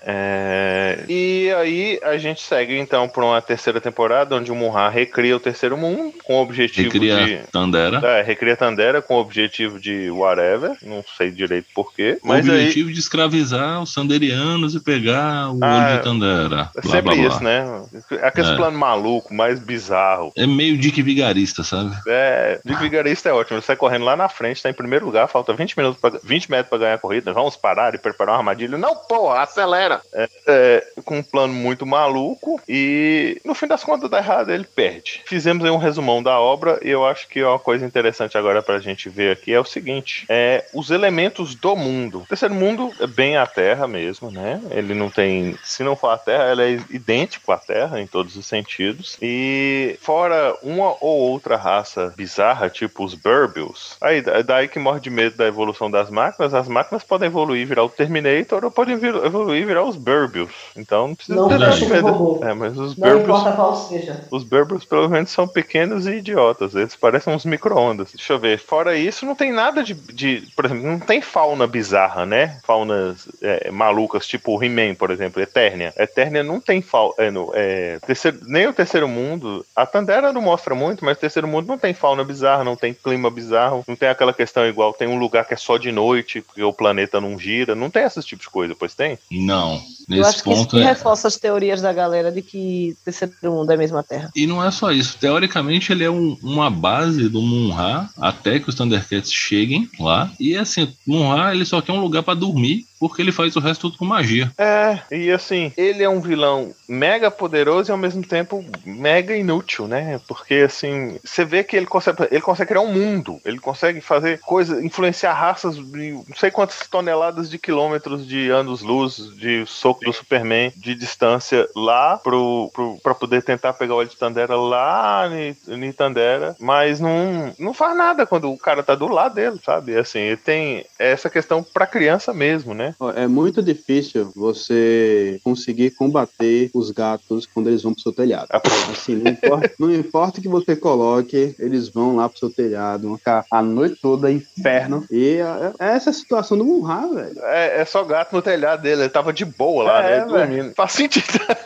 É, e aí a gente segue então para uma terceira temporada onde o Munra recria o terceiro mundo com o objetivo Recria de Tandera. É, recria Tandera com o objetivo de whatever, não sei direito porquê. O Mas objetivo aí... de escravizar os sanderianos e pegar o Ah, olho de Tandera. É Blá, sempre blá, isso, blá. né? Aquele É. plano maluco, mais bizarro. É meio Dick Vigarista, sabe? É, Dick Vigarista é ótimo. Ele sai correndo lá na frente, tá em primeiro lugar, falta vinte minutos pra, vinte metros pra ganhar a corrida. Vamos parar e preparar uma armadilha. Não, porra, acelera! É, é, com um plano muito maluco e no fim das contas dá errado, ele perde. Fizemos aí um resumão da obra e eu acho que uma coisa interessante agora pra gente ver aqui é o seguinte: é os elementos do mundo. O terceiro mundo é bem a Terra mesmo, né? Ele não tem, se não for a Terra, ela é idêntico à Terra em todos os sentidos. E fora uma ou outra raça bizarra, tipo os Burbills, aí daí que morre de medo da evolução das máquinas. As máquinas podem evoluir e virar o Terminator ou podem vir, evoluir e virar os Burbills. Então não precisa Não ter tanto tem medo. robô. É, mas os Não Burbills, importa qual seja. os Burbills pelo menos são pequenos e idiotas. Eles parecem uns micro-ondas. Deixa eu ver. Fora isso, não tem nada de, de por exemplo, não tem fauna bizarra, né? Faunas é, malucas, tipo o He-Man, por exemplo, Eternia. Eternia não tem fauna. É, no, é, terceiro, nem o terceiro mundo. A Tandera não mostra muito, mas o terceiro mundo não tem fauna bizarra, não tem clima bizarro, não tem aquela questão igual, tem um lugar que é só de noite, porque o planeta não gira. Não tem esse tipo de coisa, pois tem? Não. Nesse Eu acho que isso ponto que é... reforça as teorias da galera de que o terceiro mundo é a mesma Terra. E não é só isso. Teoricamente, ele é um, uma base do Munra até que os Thundercats cheguem lá. E assim, o Munra, ele só quer um lugar pra dormir, porque ele faz o resto tudo com magia. É, e assim, ele é um vilão mega poderoso e ao mesmo tempo mega inútil, né? Porque assim, você vê que ele consegue, ele consegue criar um mundo, ele consegue fazer coisas, influenciar raças de não sei quantas toneladas de quilômetros de anos-luz, de soco do Superman, de distância lá pro, pro, pra poder tentar pegar o olho de Tandera lá em Tandera, mas não, não faz nada quando o cara tá do lado dele, sabe? Assim, ele tem essa questão pra criança mesmo, né? É muito difícil você conseguir combater os gatos quando eles vão pro seu telhado. Assim, não importa, não importa que você coloque, eles vão lá pro seu telhado, vão ficar a noite toda inferno. E é, é essa a situação do Munra, velho. É, é só gato no telhado dele, ele tava de boa lá, É, né? Dormindo. Faz sentido.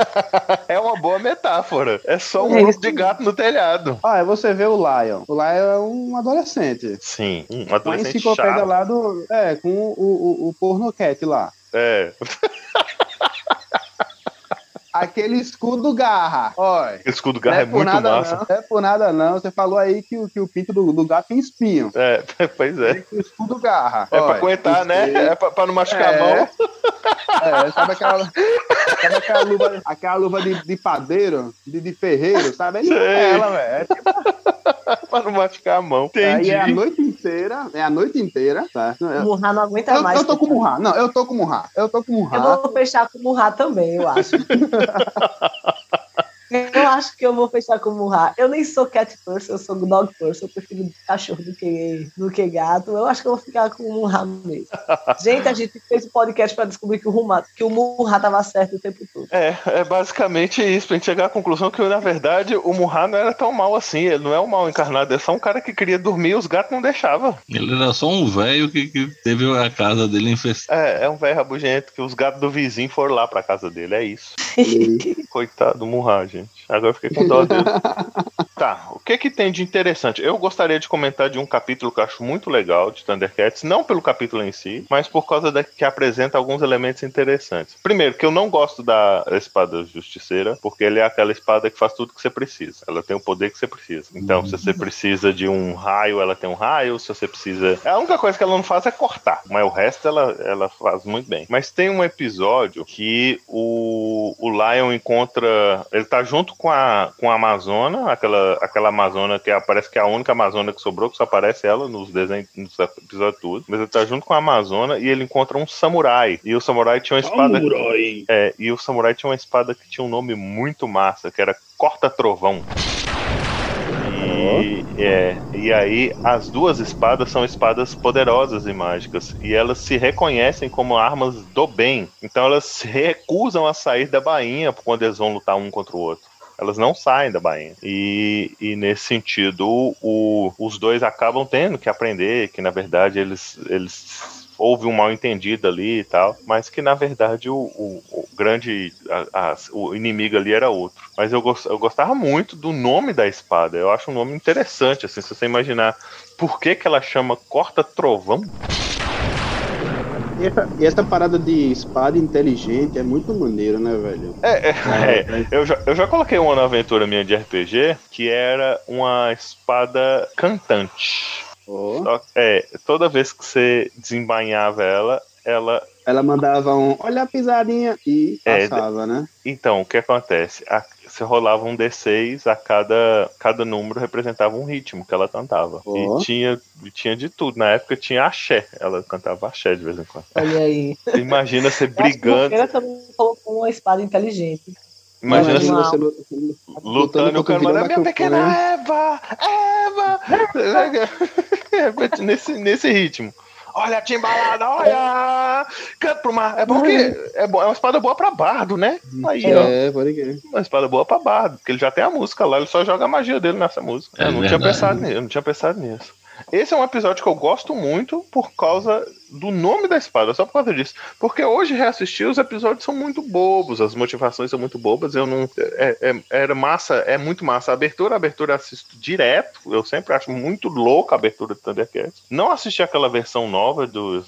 É uma boa metáfora. É só um É grupo isso. de gato no telhado. Ah, aí você vê o Lion. O Lion é um adolescente. Sim, um Com a adolescente enciclopédia chato. lá do. É, com o, o, o pornoquete lá. É. Aquele escudo garra. Olha. Escudo garra é, por muito nada massa. Não, não é por nada não. Você falou aí que, o- que o pinto do, do gato tem espinho. É, pois é. O escudo garra. É pra Olha, aguentar, né? esse- É pra, pra não machucar É. a mão. É, sabe aquela, sabe aquela luva, aquela luva de, de padeiro, de, de ferreiro, sabe? Ele Sei. é ela, velho. Pra não machucar a mão. Aí Entendi. é a noite inteira, é a noite inteira, tá? O Eu, Munra não aguenta eu, mais. eu tô com o Munra. Não, eu tô com o Munra. Eu tô com o Munra. Eu vou fechar com o Munra também, eu acho. Eu acho que eu vou fechar com o Munra. Eu nem sou cat person, eu sou dog person. Eu prefiro cachorro do que, do que gato. Eu acho que eu vou ficar com o Munra mesmo. Gente, a gente fez um podcast para descobrir que o, Ruma, que o Munra tava certo o tempo todo. É, é basicamente isso, pra gente chegar à conclusão que, na verdade, o Munra não era tão mal assim, ele não é um mal encarnado, é só um cara que queria dormir e os gatos não deixavam. Ele era só um velho que, que teve a casa dele infestada. É, é um velho rabugento que os gatos do vizinho foram lá pra casa dele, é isso. Coitado do Munra, gente. Agora eu fiquei com dó dele. Tá, o que que tem de interessante? Eu gostaria de comentar de um capítulo que eu acho muito legal de Thundercats, não pelo capítulo em si, mas por causa da, que apresenta alguns elementos interessantes. Primeiro, que eu não gosto da espada justiceira, porque ele é aquela espada que faz tudo que você precisa. Ela tem o poder que você precisa. Então, se você precisa de um raio, ela tem um raio. Se você precisa... A única coisa que ela não faz é cortar, mas o resto ela, ela faz muito bem. Mas tem um episódio que o, o Lion encontra... Ele tá junto com a, com a Amazona, aquela aquela, aquela Amazona que parece que é a única Amazona que sobrou, que só aparece ela nos desenhos, nos episódios todos. Mas ele tá junto com a Amazona e ele encontra um samurai. E o samurai tinha uma espada. Samurai. É, e o samurai tinha uma espada que tinha um nome muito massa, que era Corta-Trovão. E, é, e aí as duas espadas são espadas poderosas e mágicas, e elas se reconhecem como armas do bem. Então elas se recusam a sair da bainha quando eles vão lutar um contra o outro. Elas não saem da bainha. E, e nesse sentido, o, os dois acabam tendo que aprender que, na verdade, eles... eles houve um mal entendido ali e tal, mas que na verdade o, o, o grande a, a, o inimigo ali era outro. Mas eu, gost, eu gostava muito do nome da espada. Eu acho um nome interessante, assim, se você imaginar por que que ela chama Corta-Trovão. E essa, e essa parada de espada inteligente é muito maneiro, né, velho? É, é, é. Eu, já, eu já coloquei uma na aventura minha de R P G que era uma espada cantante. Oh. Só, é, toda vez que você desembainhava ela, ela... Ela mandava um, olha a pisadinha, e passava, é, né? Então, o que acontece? A, você rolava um D seis, a cada, cada número representava um ritmo que ela cantava. Oh. E tinha, tinha de tudo. Na época tinha axé. Ela cantava axé de vez em quando. Olha aí. Imagina você brigando... Ela também colocou uma espada inteligente. Imagina, Imagina você lutando, lutando e o cara manda, minha pequena Eva! Eva! nesse, nesse ritmo. Olha a timbalada, olha! Canta pro mar. É bom que é, bom, é uma espada boa pra bardo, né? Aí, é, ó. pode crer. Uma espada boa pra bardo, porque ele já tem a música lá, ele só joga a magia dele nessa música. É, eu, não tinha pensado nisso, eu não tinha pensado nisso. Esse é um episódio que eu gosto muito por causa do nome da espada, só por causa disso. Porque hoje reassistir os episódios são muito bobos, as motivações são muito bobas. Eu não. É, é, era massa, é muito massa. A abertura, a abertura eu assisto direto. Eu sempre acho muito louca a abertura do Thundercats. Não assisti aquela versão nova dos.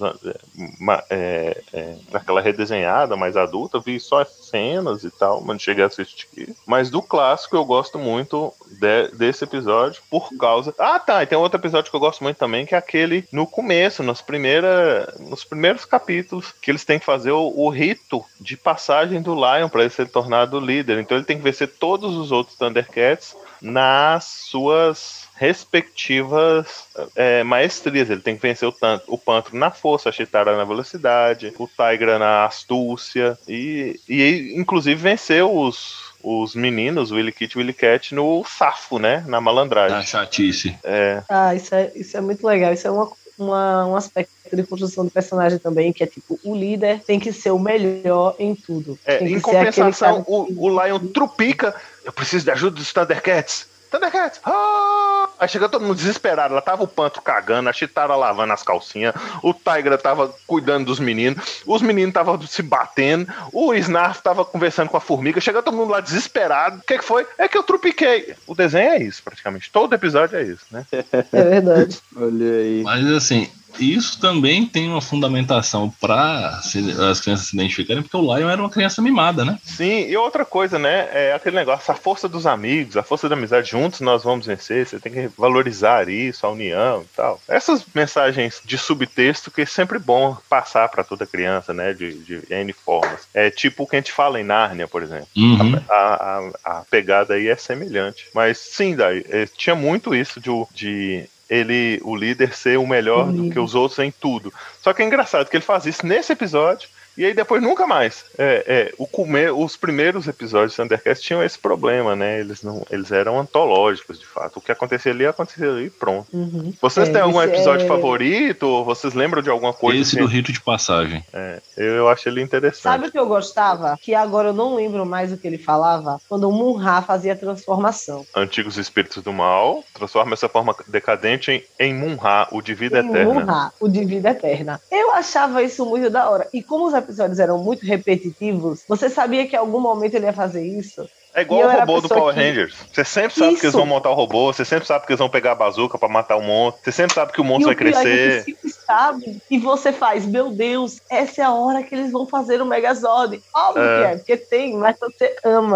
É, é, aquela redesenhada, mais adulta. Vi só as cenas e tal, mas não cheguei a assistir. Mas do clássico eu gosto muito de, desse episódio por causa. Ah, tá. E tem outro episódio que eu gosto muito também, que é aquele no começo, nas primeiras. Nos primeiros capítulos, que eles têm que fazer o, o rito de passagem do Lion para ele ser tornado líder. Então ele tem que vencer todos os outros Thundercats nas suas respectivas é, maestrias. Ele tem que vencer o, tanto, o Pantro na força, a Chitara na velocidade, o Tigra na astúcia e, e inclusive vencer os os meninos, o Willy Kit e o Willy Cat, no safo, né? Na malandragem. Na chatice. É. Ah, isso é, isso é muito legal. Isso é uma, uma, um aspecto de construção do personagem também, que é tipo, o líder tem que ser o melhor em tudo. É, em compensação, o, que... o Lion trupica, eu preciso de ajuda dos Thundercats. Thundercats! Ah! Aí chega todo mundo desesperado. Lá tava o Pantro cagando, a Chitara lavando as calcinhas, o Tigra tava cuidando dos meninos, os meninos estavam se batendo, o Snarf tava conversando com a formiga. Chega todo mundo lá desesperado. O que que foi? É que eu trupiquei. O desenho é isso, praticamente. Todo episódio é isso, né? É verdade. Olha aí. Mas assim, isso também tem uma fundamentação para as crianças se identificarem, porque o Lion era uma criança mimada, né? Sim, e outra coisa, né? É aquele negócio, a força dos amigos, a força da amizade, juntos nós vamos vencer, você tem que valorizar isso, a união e tal. Essas mensagens de subtexto que é sempre bom passar para toda criança, né? De, de N formas. É tipo o que a gente fala em Nárnia, por exemplo. Uhum. A, a, a pegada aí é semelhante. Mas sim, daí, tinha muito isso de... de ele, o líder, ser o melhor do que os outros em tudo. Só que é engraçado que ele faz isso nesse episódio e aí depois nunca mais. É, é, o comer, os primeiros episódios de Thundercats tinham esse problema, né? Eles, não, eles eram antológicos, de fato. O que acontecia ali, acontecia ali e pronto. Uhum. Vocês é, têm algum episódio é... favorito? Ou vocês lembram de alguma coisa? Esse assim? do rito de passagem. É, eu, eu acho ele interessante. Sabe o que eu gostava? Que agora eu não lembro mais o que ele falava. Quando o Munra fazia a transformação. Antigos espíritos do mal, transforma essa forma decadente em, em Munra, o de vida em eterna. Munra, o de vida eterna. Eu achava isso muito da hora. E como os episódios eram muito repetitivos, você sabia que em algum momento ele ia fazer isso? É igual o robô do Power que... Rangers. Você sempre sabe isso. que eles vão montar o robô, você sempre sabe que eles vão pegar a bazuca pra matar o monstro, você sempre sabe que o monstro e vai o crescer. Você sempre sabe, e você faz, meu Deus, essa é a hora que eles vão fazer o Megazord. Óbvio É. que é, porque tem, mas você ama.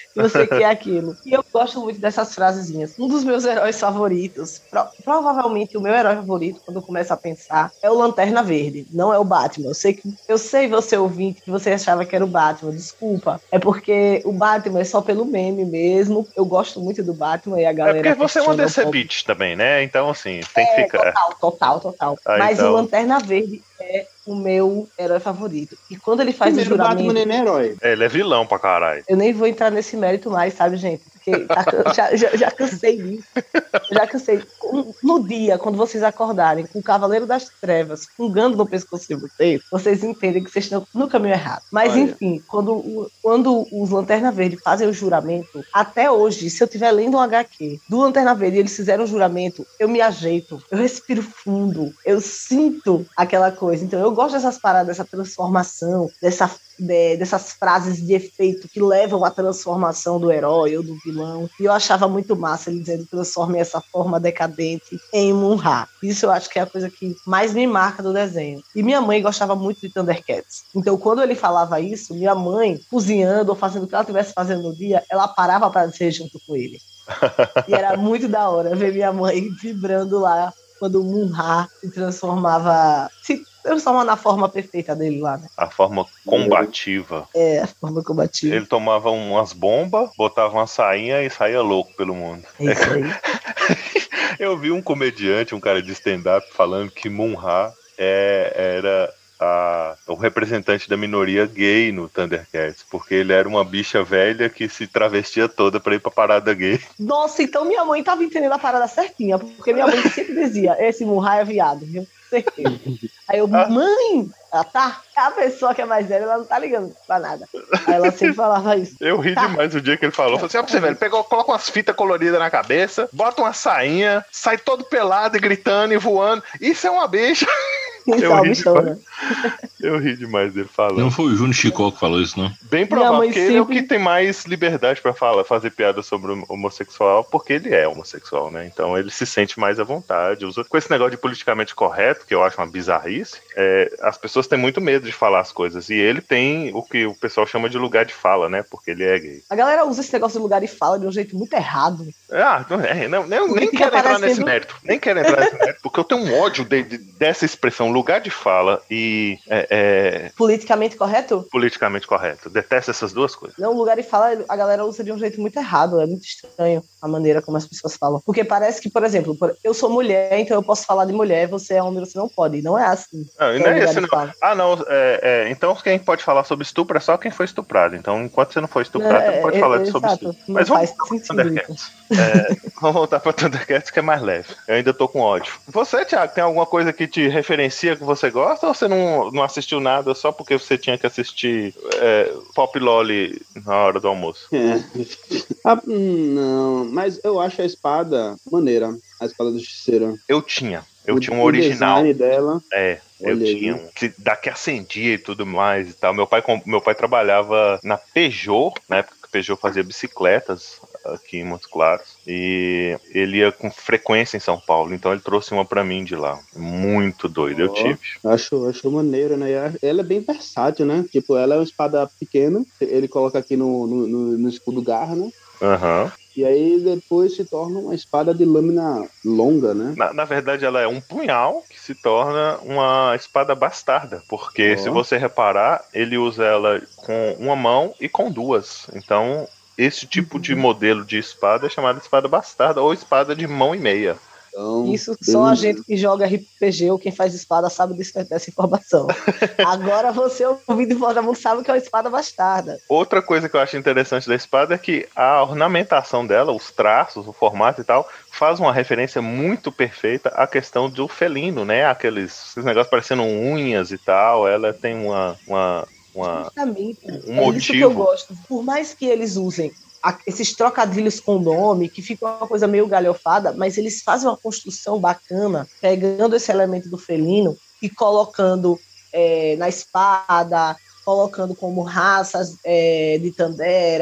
Eu sei que é aquilo. E eu gosto muito dessas frasezinhas. Um dos meus heróis favoritos, pro, provavelmente o meu herói favorito, quando eu começo a pensar, é o Lanterna Verde, não é o Batman. Eu sei que eu sei você ouvinte que você achava que era o Batman, desculpa. É porque o Batman é só pelo meme mesmo. Eu gosto muito do Batman e a galera... É porque você é uma D C um Beat também, né? Então, assim, tem que é, ficar... Total, total, total. Ah, Mas então... o Lanterna Verde é o meu herói favorito. E quando ele faz Primeiro, o juramento... Batman nem é herói. É, ele é vilão pra caralho. Eu nem vou entrar nesse mérito mais, sabe, gente? Porque tá, já, já, já cansei disso. Já cansei. No dia, quando vocês acordarem com o Cavaleiro das Trevas fungando no pescoço de vocês, vocês entendem que vocês estão no caminho errado. Mas, Olha. enfim, quando, quando os Lanterna Verde fazem o juramento, até hoje, se eu estiver lendo um H Q do Lanterna Verde e eles fizeram o juramento, eu me ajeito, eu respiro fundo, eu sinto aquela coisa. Então, eu gosto dessas paradas, dessa transformação, dessa De, dessas frases de efeito que levam à transformação do herói ou do vilão. E eu achava muito massa ele dizendo: transforme essa forma decadente em Mun-Ra. Isso eu acho que é a coisa que mais me marca do desenho. E minha mãe gostava muito de Thundercats. Então, quando ele falava isso, minha mãe, cozinhando ou fazendo o que ela estivesse fazendo no dia, ela parava para dizer junto com ele. E era muito da hora ver minha mãe vibrando lá quando o Mun-Ra se transformava... Se transforma na forma perfeita dele lá, né? A forma combativa. É, a forma combativa. Ele tomava umas bombas, botava uma sainha e saía louco pelo mundo. É isso aí. Eu vi um comediante, um cara de stand-up, falando que Mun-Ra é, era a, o representante da minoria gay no Thundercats, porque ele era uma bicha velha que se travestia toda pra ir pra parada gay. Nossa, então minha mãe tava entendendo a parada certinha, porque minha mãe sempre dizia: esse Mun-Ra é viado, viu? Certeza. Aí eu, mãe, ela tá, a pessoa que é mais velha, ela não tá ligando pra nada. Aí ela sempre falava isso. Eu ri tá. demais o dia que ele falou. Falei assim: ó, pra você, velho, pegou, coloca umas fitas coloridas na cabeça, bota uma sainha, sai todo pelado e gritando e voando. Isso é uma bicha. Eu ri, demais. Eu ri demais dele falando. Não foi o Júnior Chicó que falou isso, não? Bem provável, porque sempre... ele é o que tem mais liberdade pra falar, fazer piada sobre o homossexual, porque ele é homossexual, né? Então ele se sente mais à vontade. Usa... Com esse negócio de politicamente correto, que eu acho uma bizarrice, é... as pessoas têm muito medo de falar as coisas. E ele tem o que o pessoal chama de lugar de fala, né? Porque ele é gay. A galera usa esse negócio de lugar de fala de um jeito muito errado. Ah, não, é, não, nem, nem quero entrar parecendo... nesse mérito. Nem quero entrar nesse mérito, porque eu tenho um ódio de, de, dessa expressão, lugar de fala e... É, é... Politicamente correto? Politicamente correto. Detesto essas duas coisas. Não, lugar de fala, a galera usa de um jeito muito errado. É muito estranho a maneira como as pessoas falam. Porque parece que, por exemplo, eu sou mulher, então eu posso falar de mulher, você é homem, você não pode. Não é assim. Não, não é esse, não. Ah, não. É, é, então quem pode falar sobre estupro é só quem foi estuprado. Então, enquanto você não for estuprado, é, você não pode é, falar é, sobre exato. Estupro. Mas vamos voltar para Thundercats. É, vamos voltar para Thundercats, que é mais leve. Eu ainda tô com ódio. Você, Thiago, tem alguma coisa que te referencia que você gosta, ou você não, não assistiu nada só porque você tinha que assistir é, Pop Loli na hora do almoço? É. Ah, não, mas eu acho a espada maneira, a espada do Justiceiro. Eu tinha. Eu o, tinha um original. O dela. É, eu Olhei. tinha um. Que daqui acendia e tudo mais e tal. Meu pai, meu pai trabalhava na Peugeot, na época que a Peugeot fazia bicicletas aqui em Montes Claros, e ele ia com frequência em São Paulo, então ele trouxe uma pra mim de lá. Muito doido, oh, eu tive. Acho, acho maneiro, né? Ela é bem versátil, né? Tipo, ela é uma espada pequena, ele coloca aqui no, no, no, no escudo garra, né? Aham. Uhum. E aí depois se torna uma espada de lâmina longa, né? Na, na verdade, ela é um punhal que se torna uma espada bastarda. Porque, oh. se você reparar, ele usa ela com uma mão e com duas. Então, esse tipo uhum. de modelo de espada é chamado de espada bastarda ou espada de mão e meia. Então, Isso só a gente que joga R P G ou quem faz espada sabe dessa informação. Agora você, ouvindo de todo mundo, sabe que é uma espada bastarda. Outra coisa que eu acho interessante da espada é que a ornamentação dela, os traços, o formato e tal, faz uma referência muito perfeita à questão do felino, né? Aqueles, aqueles negócios parecendo unhas e tal. Ela tem uma... uma, uma Justamente. Um motivo. É isso que eu gosto. Por mais que eles usem esses trocadilhos com nome, que fica uma coisa meio galhofada, mas eles fazem uma construção bacana, pegando esse elemento do felino e colocando é, na espada, colocando como raças é, de Tandera,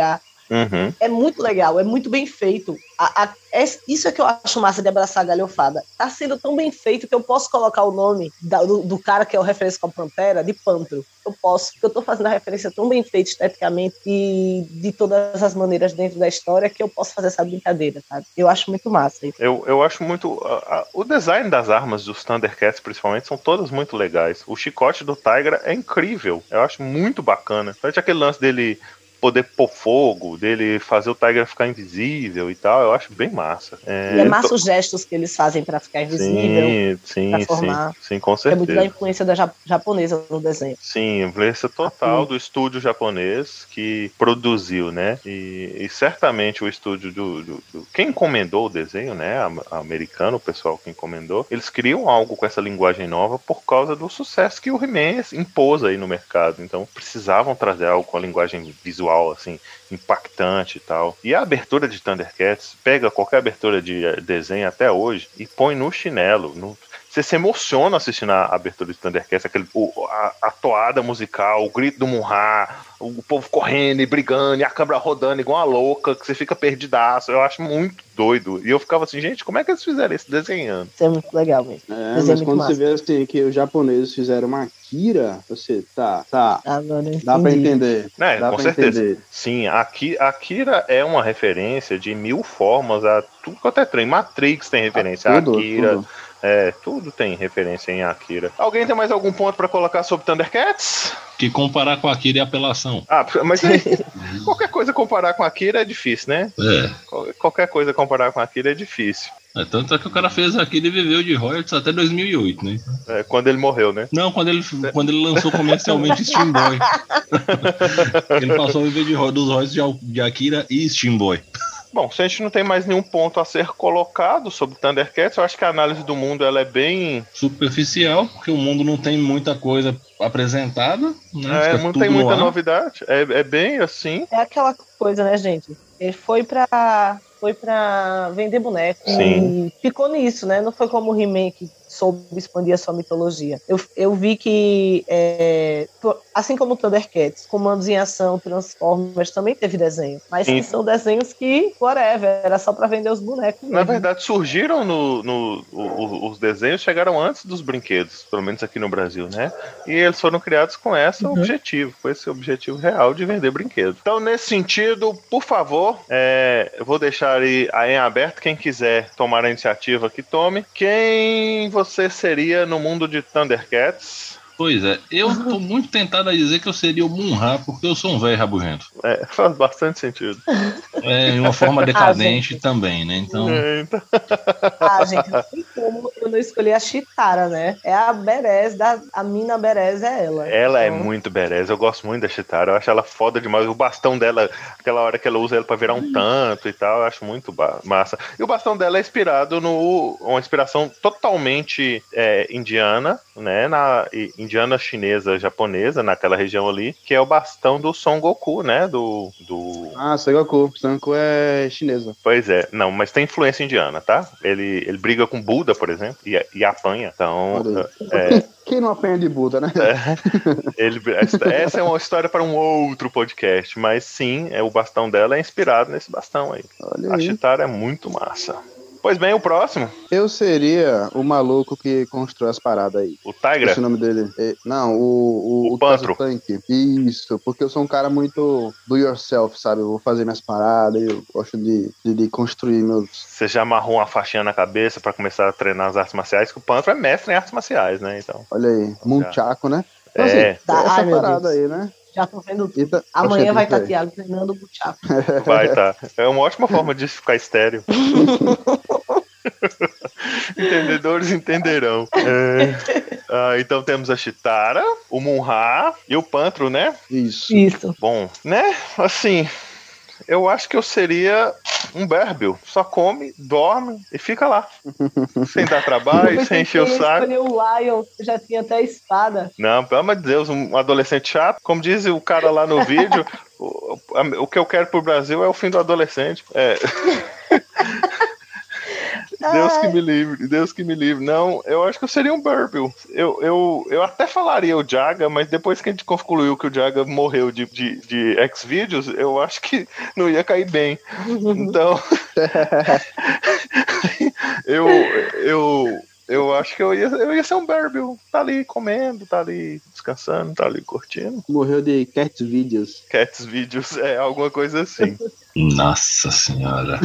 Uhum. É muito legal, é muito bem feito. A, a, é, isso é que eu acho massa de abraçar a galhofada. Tá sendo tão bem feito que eu posso colocar o nome da, do, do cara que é o referência com a Pantera de Pantro. Eu posso, porque eu tô fazendo a referência tão bem feita esteticamente e de todas as maneiras dentro da história que eu posso fazer essa brincadeira, sabe? Eu acho muito massa isso. Eu, eu acho muito... Uh, uh, o design das armas dos Thundercats, principalmente, são todas muito legais. O chicote do Tigra é incrível. Eu acho muito bacana. Principalmente aquele lance dele poder pôr fogo, dele fazer o Tigra ficar invisível e tal, eu acho bem massa. É, e é massa tô... os gestos que eles fazem pra ficar invisível, sim, sim, pra formar. Sim, sim, com certeza. É muito da influência da ja- japonesa no desenho. Sim, influência total do estúdio japonês que produziu, né? E, e certamente o estúdio do, do, do... Quem encomendou o desenho, né? A, a americano, o pessoal que encomendou, eles criam algo com essa linguagem nova por causa do sucesso que o He-Man impôs aí no mercado. Então, precisavam trazer algo com a linguagem visual assim, impactante e tal. E a abertura de Thundercats, pega qualquer abertura de desenho até hoje e põe no chinelo. No... Você se emociona assistindo a abertura de Thundercats, aquele, o, a, a toada musical, o grito do Munra, o povo correndo e brigando, e a câmera rodando igual uma louca, que você fica perdidaço. Eu acho muito doido. E eu ficava assim, gente, como é que eles fizeram isso desenhando? Isso é muito legal mesmo. É, mas quando massa. Você vê assim, que os japoneses fizeram uma Akira, você, tá, tá, Agora dá pra entender. É, dá com pra certeza. Entender. Sim, a Akira é uma referência de mil formas a tudo quanto é trem. Matrix tem referência a, tudo, a Akira. Tudo. É, tudo tem referência em Akira. Alguém tem mais algum ponto pra colocar sobre Thundercats? Que comparar com Akira é apelação. Ah, mas aí, qualquer coisa comparar com Akira é difícil, né? É. Qualquer coisa comparar com Akira é difícil. É, tanto é que o cara fez Akira e viveu de royalties até dois mil e oito, né? É, quando ele morreu, né? Não, quando ele, quando ele lançou comercialmente Steam Boy. Ele passou a viver de, dos royalties de, de Akira e Steam Boy. Bom, se a gente não tem mais nenhum ponto a ser colocado sobre Thundercats, eu acho que a análise do mundo ela é bem... superficial, porque o mundo não tem muita coisa apresentada, né? É, não tem muita novidade. É, é bem assim. É aquela coisa, né, gente? Ele foi pra, foi pra vender boneco. Sim. E ficou nisso, né? Não foi como o He-Man que soube expandir a sua mitologia. Eu, eu vi que, é, assim como o Thundercats, Comandos em Ação, Transformers, também teve desenho. Mas que são desenhos que, whatever, era só pra vender os bonecos mesmo. Na verdade, surgiram no, no o, os desenhos, chegaram antes dos brinquedos, pelo menos aqui no Brasil, né? E eles foram criados com esse uhum. objetivo, com esse objetivo real de vender brinquedos. Então, nesse sentido, por favor, é, eu vou deixar aí, aí em aberto, quem quiser tomar a iniciativa que tome. Quem você seria no mundo de Thundercats? Pois é, eu tô muito tentado a dizer que eu seria o Munra, porque eu sou um velho rabugento. É, faz bastante sentido. É, de uma forma decadente ah, também, né? Então... É, então... Ah, gente, não tem como eu não escolher a Chitara, né? É a Berez, da, a mina Berez é ela. Ela então... é muito Berez, eu gosto muito da Chitara, eu acho ela foda demais. O bastão dela, aquela hora que ela usa ela pra virar um tanto e tal, eu acho muito massa. E o bastão dela é inspirado no... uma inspiração totalmente é, indiana, né? Na... indiana, chinesa, japonesa, naquela região ali, que é o bastão do Son Goku, né? Do. do... Ah, Son Goku. Son Goku é chinesa. Pois é, não, mas tem influência indiana, tá? Ele, ele briga com Buda, por exemplo, e, e apanha. Então. É... Quem não apanha de Buda, né? É, ele, essa é uma história para um outro podcast, mas sim, é, o bastão dela é inspirado nesse bastão aí. Olha a Chitara é muito massa. Pois bem, o próximo. Eu seria o maluco que constrói as paradas aí. O Tigra? Esse é o nome dele. É, não, o... O, o Pantro. Isso, porque eu sou um cara muito do yourself, sabe? Eu vou fazer minhas paradas, eu gosto de, de, de construir meus... Você já amarrou uma faixinha na cabeça pra começar a treinar as artes marciais, que o Pantro é mestre em artes marciais, né? Então. Olha aí, Munchaku, né? Então, é. Assim, tá, essa ai, parada aí, né? Já tô vendo tudo. Eita, amanhã vai estar tá Thiago treinando o Buchaco. Vai estar. Tá. É uma ótima forma de ficar estéreo. Entendedores entenderão. É. Ah, então temos a Chitara, o Munra e o Pantro, né? Isso. Isso. Bom, né? Assim, eu acho que eu seria um Berbel. Só come, dorme e fica lá. Sem dar trabalho, sem encher o saco. Eu escolhi o Lion, já tinha até espada. Não, pelo amor de Deus, um adolescente chato. Como diz o cara lá no vídeo, o, o que eu quero pro Brasil é o fim do adolescente. É... Deus que me livre, Deus que me livre. Não, eu acho que eu seria um Burble. Eu, eu, eu até falaria o Jaga, mas depois que a gente concluiu que o Jaga morreu de, de, de Xvideos, eu acho que não ia cair bem. Então, eu, eu, eu acho que eu ia, eu ia ser um Burble. Tá ali comendo, tá ali descansando, tá ali curtindo. Morreu de Cats Videos. Cats Videos, é alguma coisa assim. Nossa senhora.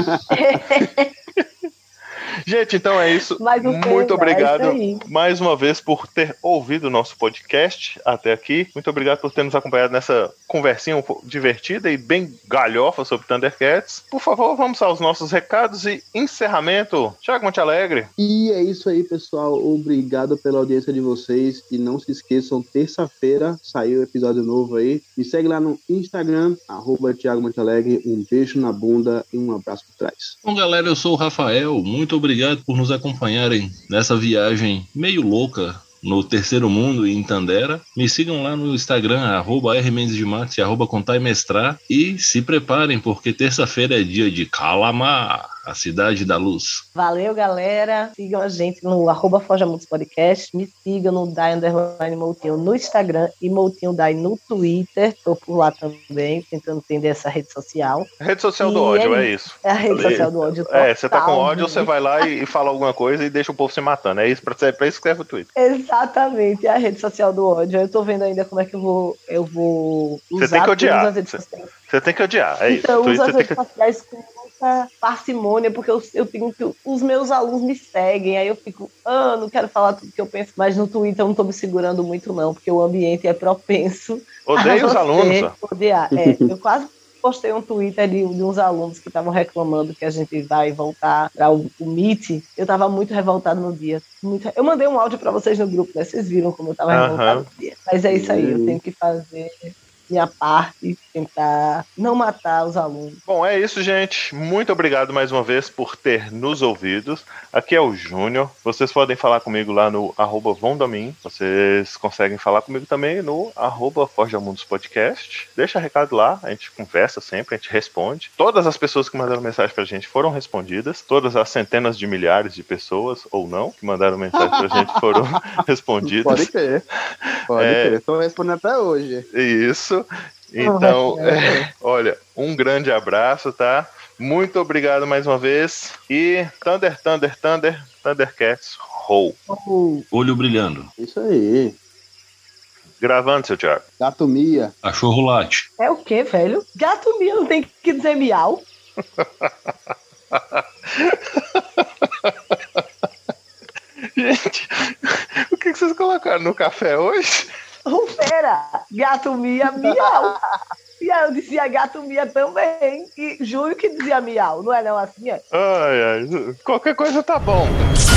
Gente, então é isso. Muito obrigado mais uma vez por ter ouvido o nosso podcast até aqui. Muito obrigado por ter nos acompanhado nessa conversinha um pouco divertida e bem galhofa sobre Thundercats. Por favor, vamos aos nossos recados e encerramento. Thiago Monte Alegre. E é isso aí, pessoal. Obrigado pela audiência de vocês. E não se esqueçam, terça-feira saiu o episódio novo aí. Me segue lá no Instagram, arroba Thiago Monte Alegre. Um beijo na bunda e um abraço por trás. Bom, galera, eu sou o Rafael. Muito obrigado por nos acompanharem nessa viagem meio louca no Terceiro Mundo e em Tandera. Me sigam lá no Instagram, arroba R Mendes de Matos e arroba Contar e Mestrar. E se preparem, porque terça-feira é dia de Calamar, a cidade da luz. Valeu, galera. Sigam a gente no arroba Forja Mundos Podcast. Me sigam no Dai Underline Moutinho no Instagram e Moutinho Dai no Twitter. Tô por lá também, tentando entender essa rede social. A rede social e do ódio, é, é isso. É a rede social do ódio. Total, é, você tá com ódio, você vai lá e, e fala alguma coisa e deixa o povo se matando. É isso, pra, é pra isso que serve o Twitter. Exatamente, é a rede social do ódio. Eu tô vendo ainda como é que eu vou, eu vou usar. Você tem que odiar. As redes sociais. Você tem que odiar, é então, isso. Eu uso as redes que... sociais com muita parcimônia, porque eu, eu tenho que os meus alunos me seguem, aí eu fico, ah, não quero falar tudo que eu penso, mas no Twitter eu não tô me segurando muito não, porque o ambiente é propenso. Odeio os alunos. Odiar. É, eu quase postei um Twitter de, de uns alunos que estavam reclamando que a gente vai voltar para o, o Meet. Eu tava muito revoltado no dia. Muito... Eu mandei um áudio para vocês no grupo, né? Vocês viram como eu tava uhum. revoltado no dia. Mas é isso aí, eu tenho que fazer minha parte, tentar não matar os alunos. Bom, é isso, gente. Muito obrigado mais uma vez por ter nos ouvido. Aqui é o Júnior. Vocês podem falar comigo lá no arroba Vondomin. Vocês conseguem falar comigo também no arroba Forja Mundos Podcast. Deixa recado lá, a gente conversa sempre, a gente responde. Todas as pessoas que mandaram mensagem pra gente foram respondidas. Todas as centenas de milhares de pessoas, ou não, que mandaram mensagem pra gente foram respondidas. Pode crer. Pode é... crer. Estou respondendo até hoje. Isso. Então, é, olha, um grande abraço, tá? Muito obrigado mais uma vez. E Thunder, Thunder, Thunder, Thundercats, roll. Olho brilhando. Isso aí. Gravando, seu Thiago. Gato mia. Cachorro late. É o quê, velho? Gato mia não tem que dizer miau. Gente, o que vocês colocaram no café hoje? Rufeira, gato mia, miau. E aí eu dizia gato mia também. E Júlio que dizia miau, não é não assim? É? Ai, ai, qualquer coisa tá bom.